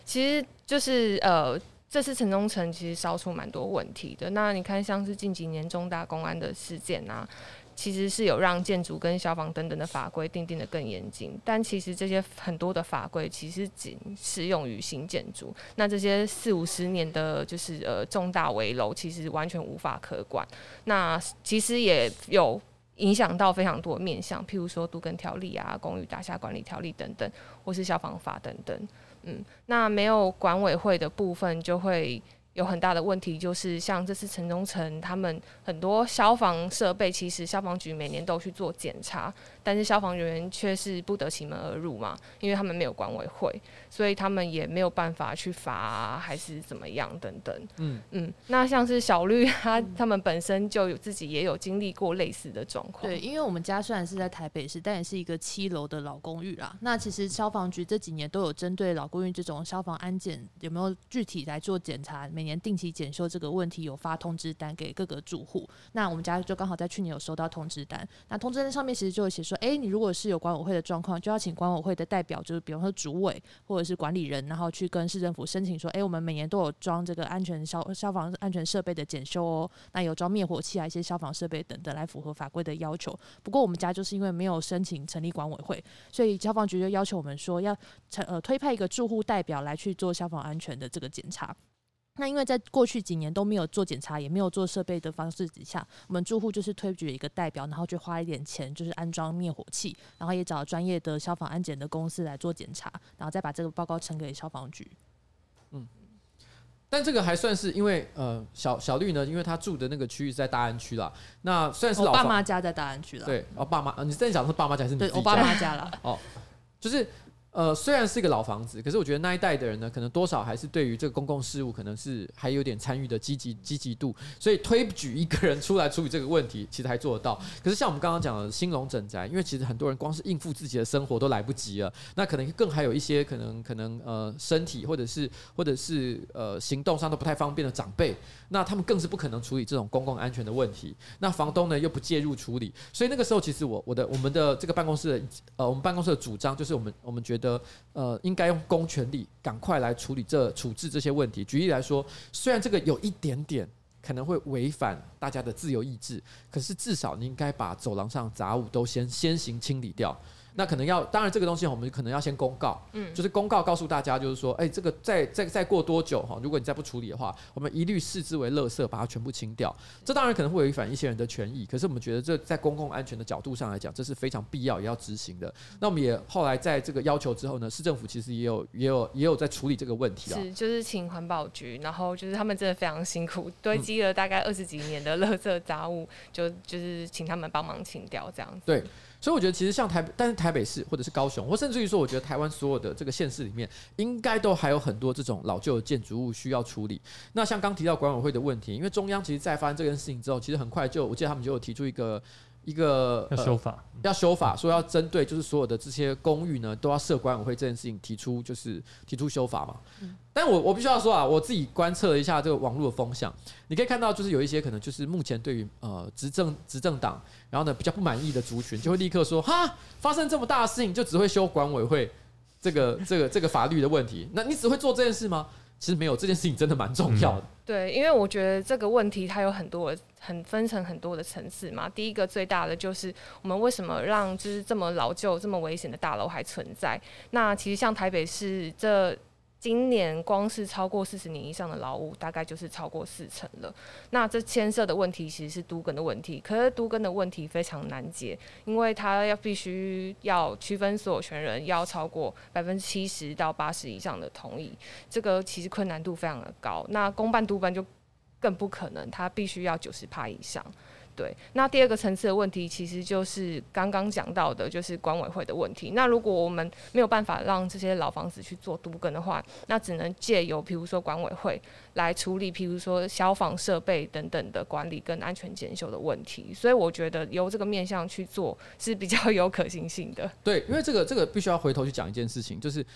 其实就是呃。这次城中城其实烧出蛮多问题的。那你看，像是近几年重大公安的事件啊，其实是有让建筑跟消防等等的法规定定的更严谨，但其实这些很多的法规其实仅适用于新建筑。那这些四五十年的，就是呃重大危楼，其实完全无法可管。那其实也有影响到非常多的面向，譬如说都更条例啊、公寓大厦管理条例等等，或是消防法等等。嗯，那没有管委会的部分就会有很大的问题，就是像这次城中城，他们很多消防设备，其实消防局每年都去做检查，但是消防人员却是不得其门而入嘛，因为他们没有管委会，所以他们也没有办法去罚、啊、还是怎么样等等。嗯嗯，那像是小绿他他们本身就有自己也有经历过类似的状况。 对，因为我们家虽然是在台北市，但也是一个七楼的老公寓啦。那其实消防局这几年都有针对老公寓这种消防安检有没有具体来做检查，每年定期检修这个问题有发通知单给各个住户。那我们家就刚好在去年有收到通知单，那通知单上面其实就有写说，哎、欸，你如果是有管委会的状况，就要请管委会的代表，就是比方说主委或者是管理人，然后去跟市政府申请说，哎、欸，我们每年都有装这个安全消消防安全设备的检修哦，那有装灭火器啊一些消防设备等等来符合法规的要求。不过我们家就是因为没有申请成立管委会，所以消防局就要求我们说要呃推派一个住户代表来去做消防安全的这个检查。那因为在过去几年都没有做检查，也没有做设备的方式底下，我们住户就是推举了一个代表，然后去花一点钱，就是安装灭火器，然后也找专业的消防安检的公司来做检查，然后再把这个报告呈给消防局。 嗯，但这个还算是因为呃小小绿呢，因为他住的那个区域是在大安区啦。那虽然是老我爸妈家在大安区啦。 对，哦爸妈，你在讲是爸妈家还是你自己家？ 对，我爸妈家啦。 哦，就是。呃，虽然是一个老房子，可是我觉得那一代的人呢，可能多少还是对于这个公共事务，可能是还有点参与的积极积极度，所以推举一个人出来处理这个问题，其实还做得到。可是像我们刚刚讲的兴隆整宅，因为其实很多人光是应付自己的生活都来不及了，那可能更还有一些可能可能呃身体或者是或者是呃行动上都不太方便的长辈，那他们更是不可能处理这种公共安全的问题。那房东呢又不介入处理，所以那个时候其实我我的我们的这个办公室的呃我们办公室的主张就是我们我们觉得。的呃，应该用公权力赶快来处理这处置这些问题。举例来说，虽然这个有一点点可能会违反大家的自由意志，可是至少你应该把走廊上杂物都先先行清理掉。那可能要，当然这个东西我们可能要先公告，嗯，就是公告告诉大家，就是说，哎、欸，这个再再再过多久哈，如果你再不处理的话，我们一律视之为垃圾，把它全部清掉。这当然可能会违反一些人的权益，可是我们觉得这在公共安全的角度上来讲，这是非常必要也要执行的。那我们也后来在这个要求之后呢，市政府其实也有也有也有在处理这个问题啊。 是，就是请环保局，然后就是他们真的非常辛苦，堆积了大概二十几年的垃圾杂物，就就是请他们帮忙清掉这样子。 对。所以我觉得其实像台北，但是台北市或者是高雄，或甚至于说，我觉得台湾所有的这个县市里面，应该都还有很多这种老旧的建筑物需要处理。那像刚提到管委会的问题，因为中央其实在发生这件事情之后，其实很快就，我记得他们就有提出一个一个要修法、 呃，要修法，说要针对就是所有的这些公寓呢，都要设管委会这件事情提出就是提出修法嘛。嗯、但我我必须要说啊，我自己观测了一下这个网络的风向，你可以看到就是有一些可能就是目前对于呃执政执政党，然后呢比较不满意的族群，就会立刻说哈，发生这么大的事情就只会修管委会这个这个这个法律的问题，那你只会做这件事吗？其实没有，这件事情真的蛮重要的。嗯、 对，因为我觉得这个问题它有很多很分成很多的层次嘛。第一个最大的就是我们为什么让就是这么老旧、这么危险的大楼还存在？那其实像台北市这今年光是超过四十年以上的老屋，大概就是超过四成了。那这牵涉的问题其实是都更的问题，可是都更的问题非常难解，因为它要必须要区分所有权人，要超过百分之七十到八十以上的同意，这个其实困难度非常的高。那公办都办就更不可能，它必须要九十趴以上。对，那第二个层次的问题其实就是刚刚讲到的，就是管委会的问题。那如果我们没有办法让这些老房子去做都更的话，那只能借由比如说管委会来处理，譬如说消防设备等等的管理跟安全检修的问题。所以我觉得由这个面向去做是比较有可行性的。 对，因为这个这个必须要回头去讲一件事情，就是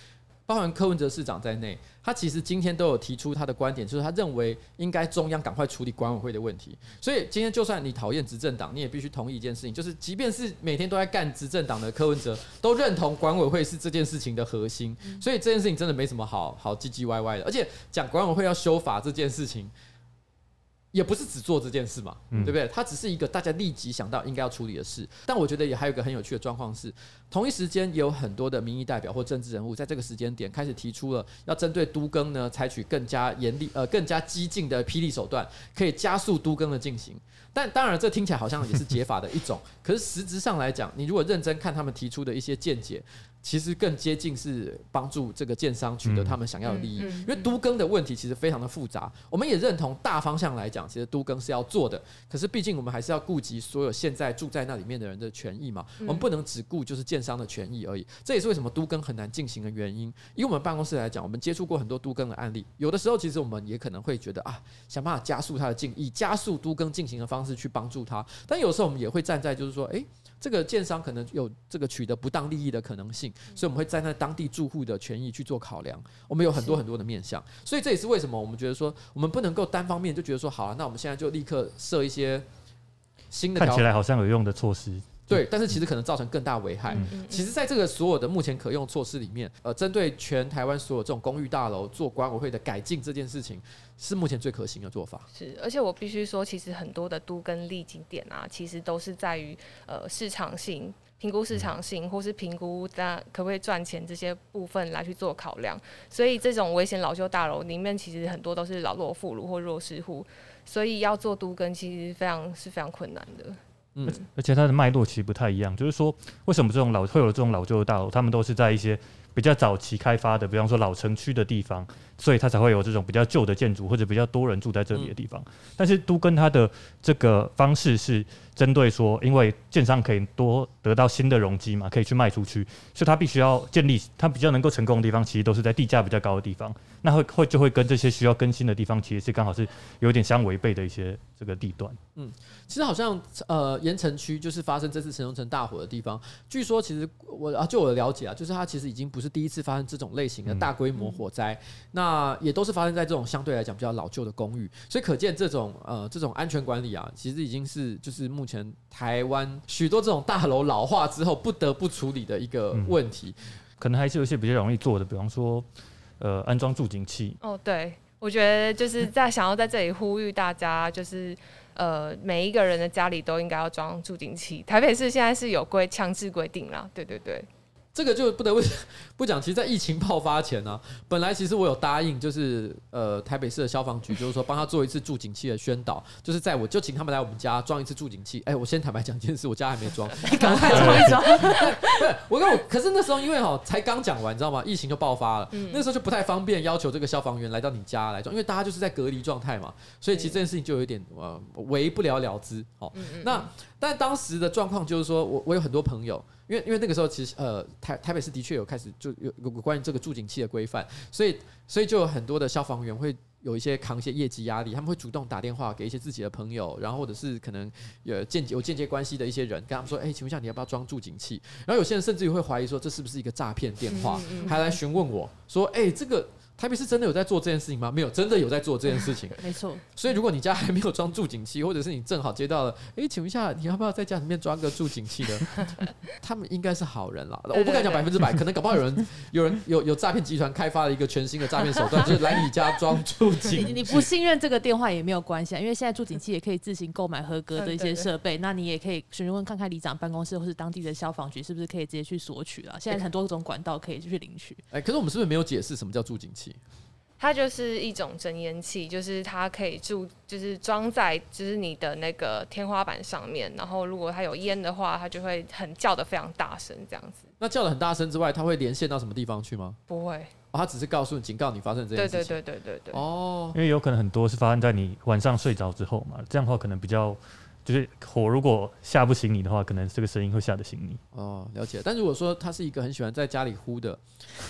包含柯文哲市长在内，他其实今天都有提出他的观点，就是他认为应该中央赶快处理管委会的问题。所以今天就算你讨厌执政党，你也必须同意一件事情，就是即便是每天都在干执政党的柯文哲，都认同管委会是这件事情的核心。所以这件事情真的没什么好好唧唧歪歪的。而且讲管委会要修法这件事情，也不是只做这件事嘛，嗯、对不对？它只是一个大家立即想到应该要处理的事。但我觉得也还有一个很有趣的状况是，同一时间也有很多的民意代表或政治人物在这个时间点开始提出了要针对都更呢采取更加严厉、呃更加激进的霹雳手段，可以加速都更的进行。但当然，这听起来好像也是解法的一种，可是实质上来讲，你如果认真看他们提出的一些见解，其实更接近是帮助这个建商取得他们想要的利益。嗯嗯嗯、因为都更的问题其实非常的复杂，我们也认同大方向来讲，其实都更是要做的。可是毕竟我们还是要顾及所有现在住在那里面的人的权益嘛，我们不能只顾就是建商的权益而已。这也是为什么都更很难进行的原因。以我们办公室来讲，我们接触过很多都更的案例，有的时候其实我们也可能会觉得啊，想办法加速它的进，以加速都更进行的方式去帮助它。但有时候我们也会站在就是说，哎、欸。这个建商可能有这个取得不当利益的可能性，所以我们会站在当地住户的权益去做考量。我们有很多很多的面向，所以这也是为什么我们觉得说，我们不能够单方面就觉得说，好啊，那我们现在就立刻设一些新的条， 看起来好像有用的措施。 对，但是其实可能造成更大危害。嗯、其实，在这个所有的目前可用措施里面，呃，针对全台湾所有这种公寓大楼做管委会的改进这件事情，是目前最可行的做法。 是，而且我必须说，其实很多的都更利景点啊，其实都是在于呃市场性。评估市场性，或是评估它可不可以赚钱这些部分来去做考量，所以这种危险老旧大楼里面其实很多都是老弱妇孺或弱势户，所以要做都更其实非常是非常困难的。 嗯，而且它的脉络其实不太一样，就是说为什么这种老会有这种老旧的大楼，他们都是在一些比较早期开发的，比方说老城区的地方，所以它才会有这种比较旧的建筑或者比较多人住在这里的地方。嗯、但是都更它的这个方式是针对说，因为建商可以多得到新的容积嘛，可以去卖出去，所以它必须要建立它比较能够成功的地方，其实都是在地价比较高的地方。那会会就会跟这些需要更新的地方，其实是刚好是有点相违背的一些这个地段。 嗯，其实好像呃盐埕区就是发生这次城中城大火的地方，据说其实我啊就我的了解啊，就是它其实已经不是第一次发生这种类型的大规模火灾，嗯、那也都是发生在这种相对来讲比较老旧的公寓，所以可见这种呃这种安全管理啊，其实已经是就是目前台湾许多这种大楼老化之后不得不处理的一个问题。嗯、 可能还是有一些比较容易做的，比方说呃安装住警器。 哦，对，我觉得就是在想要在这里呼吁大家，就是呃每一个人的家里都应该要装住警器。台北市现在是有规强制规定啦，对对对。 这个就不得不不讲，其实，在疫情爆发前呢、啊，本来其实我有答应，就是呃台北市的消防局，就是说帮他做一次住警器的宣导，就是在我就请他们来我们家装一次住警器。哎、欸，我先坦白讲一件事，我家还没装， 你赶快装一装。 对，我跟我可是那时候因为哈才刚讲完，你知道吗？疫情就爆发了，嗯、那时候就不太方便要求这个消防员来到你家来装，因为大家就是在隔离状态嘛，所以其实这件事情就有点呃为不了了之。好，嗯嗯那但当时的状况就是说我我有很多朋友。因为因为那个时候其实呃台台北市的确有开始就有有关于这个住警器的规范，所以所以就有很多的消防员会有一些扛一些业绩压力，他们会主动打电话给一些自己的朋友，然后或者是可能有间有间接关系的一些人，跟他们说，哎、欸，请问一下你要不要装住警器？然后有些人甚至于会怀疑说这是不是一个诈骗电话，嗯嗯还来询问我说，哎、欸，这个。台北市真的有在做这件事情吗？没有，真的有在做这件事情。 没错。 所以如果你家还没有装住警器，或者是你正好接到了，哎、欸，请问一下，你要不要在家里面装个住警器呢？他们应该是好人啦，我不敢讲百分之百，可能搞不好有人有人有有诈骗集团开发了一个全新的诈骗手段，就是来你家装住警器。 你不信任这个电话也没有关系啊，因为现在住警器也可以自行购买合格的一些设备，那你也可以询问看看里长办公室或是当地的消防局是不是可以直接去索取啊？现在很多种管道可以去领取。 哎、欸，可是我们是不是没有解释什么叫住警器？ 它就是一种侦烟器，就是它可以住，就是装在就是你的那个天花板上面，然后如果它有烟的话，它就会很叫得非常大声，这样子。 那叫得很大声之外，它会连线到什么地方去吗？ 不会， 哦，它只是告诉你、警告你发生这件事情。 对对对对对对。 哦， 因为有可能很多是发生在你晚上睡着之后嘛，这样的话可能比较。就是火如果吓不醒你的话，可能这个声音会吓得醒你。 哦，了解。但如果说他是一个很喜欢在家里呼的，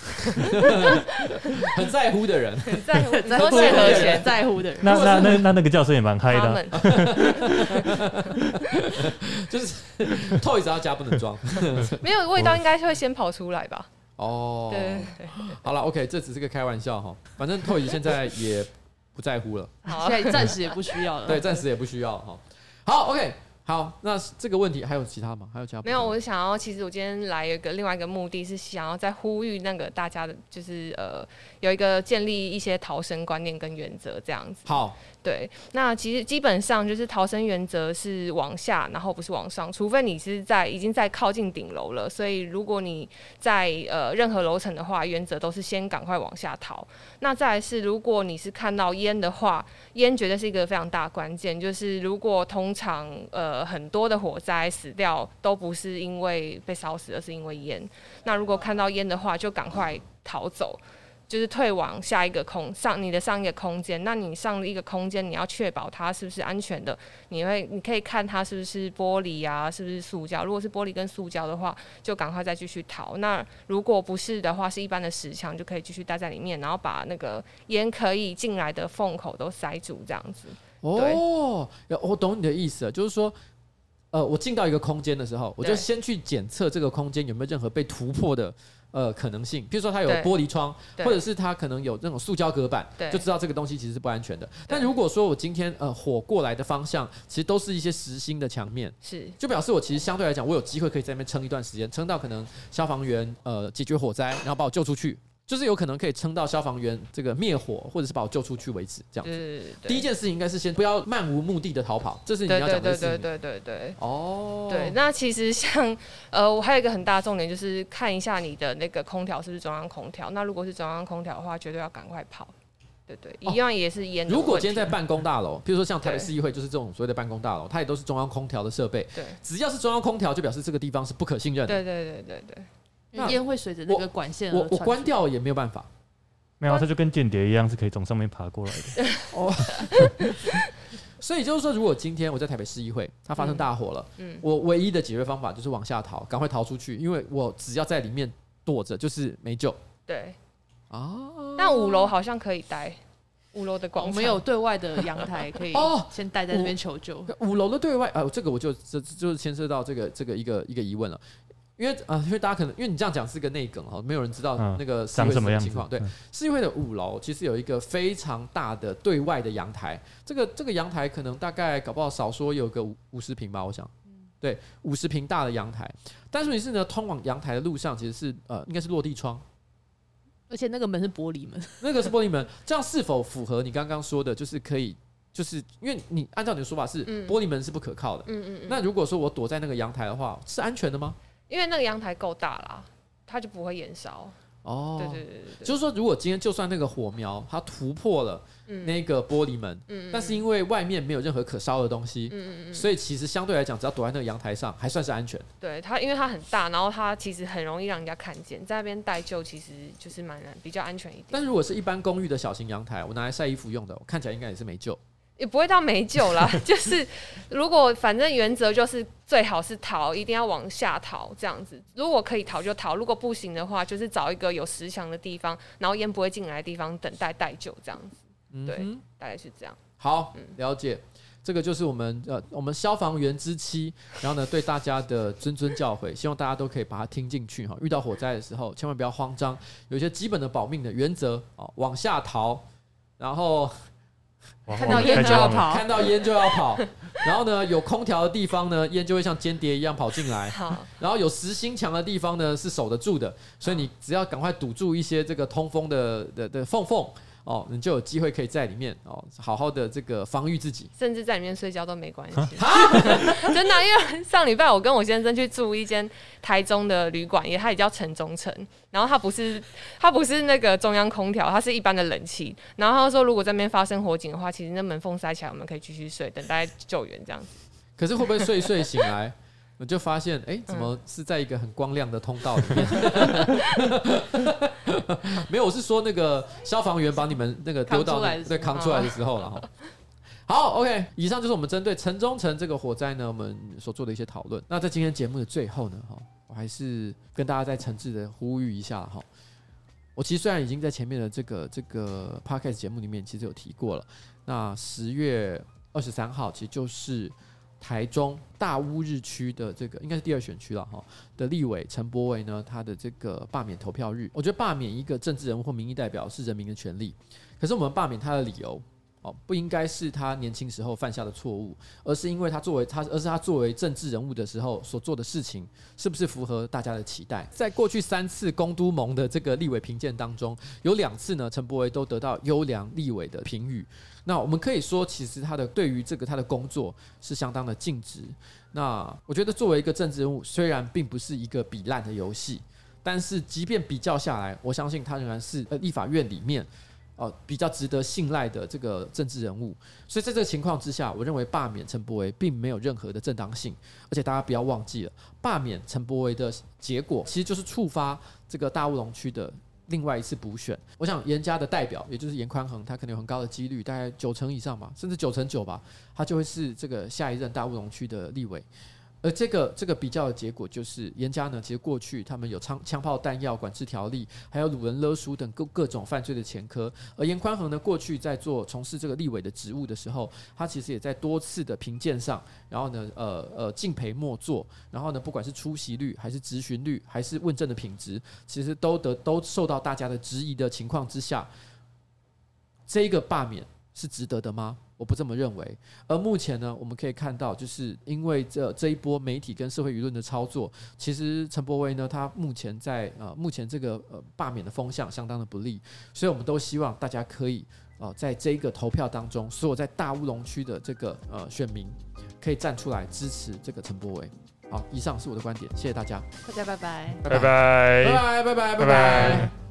很在乎的人， 很在乎，你说谢和弦在乎的人， 那那那那那个叫声也蛮嗨的、啊。 就是 Toys 要家不能装， 没有味道应该会先跑出来吧？ 哦， 对， 好了 ，OK， 这只是个开玩笑哈，反正 Toys 现在也不在乎了， 现在暂时也不需要了。 对，暂时也不需要哈。好 ，OK。好，那这个问题还有其他吗？还有其他？ 没有，我是想要，其实我今天来有一个另外一个目的是想要再呼吁那个大家的，就是呃，有一个建立一些逃生观念跟原则这样子。 好， 对，那其实基本上就是逃生原则是往下，然后不是往上，除非你是在已经在靠近顶楼了。所以如果你在呃任何楼层的话，原则都是先赶快往下逃。那再来是，如果你是看到烟的话，烟绝对是一个非常大的关键。就是如果通常呃很多的火灾死掉都不是因为被烧死，而是因为烟。那如果看到烟的话，就赶快逃走。就是退往下一个空上你的上一个空间，那你上一个空间，你要确保它是不是安全的。你会你可以看它是不是玻璃啊，是不是塑胶。如果是玻璃跟塑胶的话，就赶快再继续逃。那如果不是的话，是一般的石墙，就可以继续待在里面，然后把那个烟可以进来的缝口都塞住，这样子。 哦，我懂你的意思了，就是说。呃，我进到一个空间的时候，我就先去检测这个空间有没有任何被突破的呃可能性，比如说它有玻璃窗，或者是它可能有那种塑胶隔板，就知道这个东西其实是不安全的。但如果说我今天呃火过来的方向其实都是一些实心的墙面， 是就表示我其实相对来讲，我有机会可以在那边撑一段时间，撑到可能消防员呃解决火灾，然后把我救出去。就是有可能可以撑到消防员这个灭火，或者是把我救出去为止，这样子。 对对对， 第一件事情应该是先不要漫无目的的逃跑，这是你要讲的事情。 对对对对对对。 哦。 对，那其实像呃，我还有一个很大的重点就是看一下你的那个空调是不是中央空调。那如果是中央空调的话，绝对要赶快跑。对对，一样也是烟。 如果今天在办公大楼，譬如说像台北市议会，就是这种所谓的办公大楼，它也都是中央空调的设备。 对。 只要是中央空调，就表示这个地方是不可信任的。 对对对对对。 烟会随着那个管线而我我关掉也没有办法。 没有，它就跟间谍一样，是可以从上面爬过来的。 哦，所以就是说，如果今天我在台北市议会，它发生大火了，嗯，我唯一的解决方法就是往下逃，赶快逃出去，因为我只要在里面躲着，就是没救。 对， 啊， 但五楼好像可以待，五楼的广场， 我们有对外的阳台可以先待在那边求救。 五楼的对外，呃，这个我就这就是牵涉到这个这个一个一个疑问了。因为啊、呃，因为大家可能因为你这样讲是个内梗哈，没有人知道那个市议会什么情况。对，市议会的五楼其实有一个非常大的对外的阳台，这个这个阳台可能大概搞不好少说有个五十平吧，我想，对，五十平大的阳台。但是你是呢，通往阳台的路上其实是呃应该是落地窗， 而且那个门是玻璃门， 那个是玻璃门，这样是否符合你刚刚说的，就是可以？就是因为你按照你的说法是玻璃门是不可靠的，嗯嗯嗯，那如果说我躲在那个阳台的话，是安全的吗？ 因为那个阳台够大啦，它就不会延烧。 哦， 对对对对， 就是说，如果今天就算那个火苗它突破了那个玻璃门，嗯、但是因为外面没有任何可烧的东西，嗯嗯所以其实相对来讲，只要躲在那个阳台上，还算是安全。 对它，因为它很大，然后它其实很容易让人家看见，在那边待救其实就是蛮比较安全一点。 但如果是一般公寓的小型阳台，我拿来晒衣服用的，我看起来应该也是没救。 也不会到没救啦，就是如果反正原则就是最好是逃，一定要往下逃这样子。如果可以逃就逃，如果不行的话，就是找一个有石墙的地方，然后烟不会进来的地方等待待救这样子。对，嗯、大概是这样。 好，了解。这个就是我们呃我们消防员之妻，然后呢对大家的谆谆教诲，希望大家都可以把它听进去哈。遇到火灾的时候，千万不要慌张，有一些基本的保命的原则哦，往下逃，然后。 看到烟就要跑， 看到烟就要跑。然后呢，有空调的地方呢，烟就会像间谍一样跑进来。然后有实心墙的地方呢，是守得住的。所以你只要赶快堵住一些这个通风的的的缝缝哦，你就有机会可以在里面哦，好好的这个防御自己， 甚至在里面睡觉都没关系。真的，因为上礼拜我跟我先生去住一间台中的旅馆，也它也叫城中城，然后它不是它不是那个中央空调，它是一般的冷气。然后他说，如果在那边发生火警的话，其实那门缝塞起来，我们可以继续睡，等待救援这样子。 可是会不会睡一睡醒来？我就发现，哎、欸，怎么是在一个很光亮的通道里面？没有，我是说那个消防员把你们那个丢到对扛出来的时候了哈。好 ，OK， 以上就是我们针对城中城这个火灾呢，我们所做的一些讨论。那在今天节目的最后呢，哈，我还是跟大家再诚挚的呼吁一下哈。我其实虽然已经在前面的这个这个 podcast 节目里面其实有提过了，那十月二十三号其实就是台中大乌日区的这个应该是第二选区了哈的立委陈柏惟呢，他的这个罢免投票日，我觉得罢免一个政治人物或民意代表是人民的权利，可是我们罢免他的理由。哦，不应该是他年轻时候犯下的错误，而是因为他作为他，而是他作为政治人物的时候所做的事情，是不是符合大家的期待？在过去三次公都盟的这个立委评鉴当中，有两次呢，陈柏惟都得到优良立委的评语。那我们可以说，其实他的对于这个他的工作是相当的尽职。那我觉得作为一个政治人物，虽然并不是一个比烂的游戏，但是即便比较下来，我相信他仍然是呃立法院里面。哦，比较值得信赖的这个政治人物，所以在这个情况之下，我认为罢免陈柏惟并没有任何的正当性，而且大家不要忘记了，罢免陈柏惟的结果其实就是触发这个大乌龙区的另外一次补选。我想严家的代表，也就是严宽恒，他可能有很高的几率，大概九成以上吧，甚至九成九吧，他就会是这个下一任大乌龙区的立委。而这个这个比较的结果就是严家呢，其实过去他们有枪枪炮弹药管制条例，还有掳人勒赎等各各种犯罪的前科。而严宽恒呢，过去在做从事这个立委的职务的时候，他其实也在多次的评鉴上，然后呢，呃呃，敬陪末座，然后呢，不管是出席率，还是质询率，还是问政的品质，其实都得都受到大家的质疑的情况之下，这一个罢免是值得的吗？我不这么认为。而目前呢，我们可以看到，就是因为这这一波媒体跟社会舆论的操作，其实陈柏惟呢，他目前在呃目前这个呃罢免的风向相当的不利，所以我们都希望大家可以呃在这一个投票当中，所有在大乌龙区的这个呃选民可以站出来支持这个陈柏惟。好，以上是我的观点，谢谢大家， 大家拜拜， 拜拜， 拜拜，拜拜，拜拜。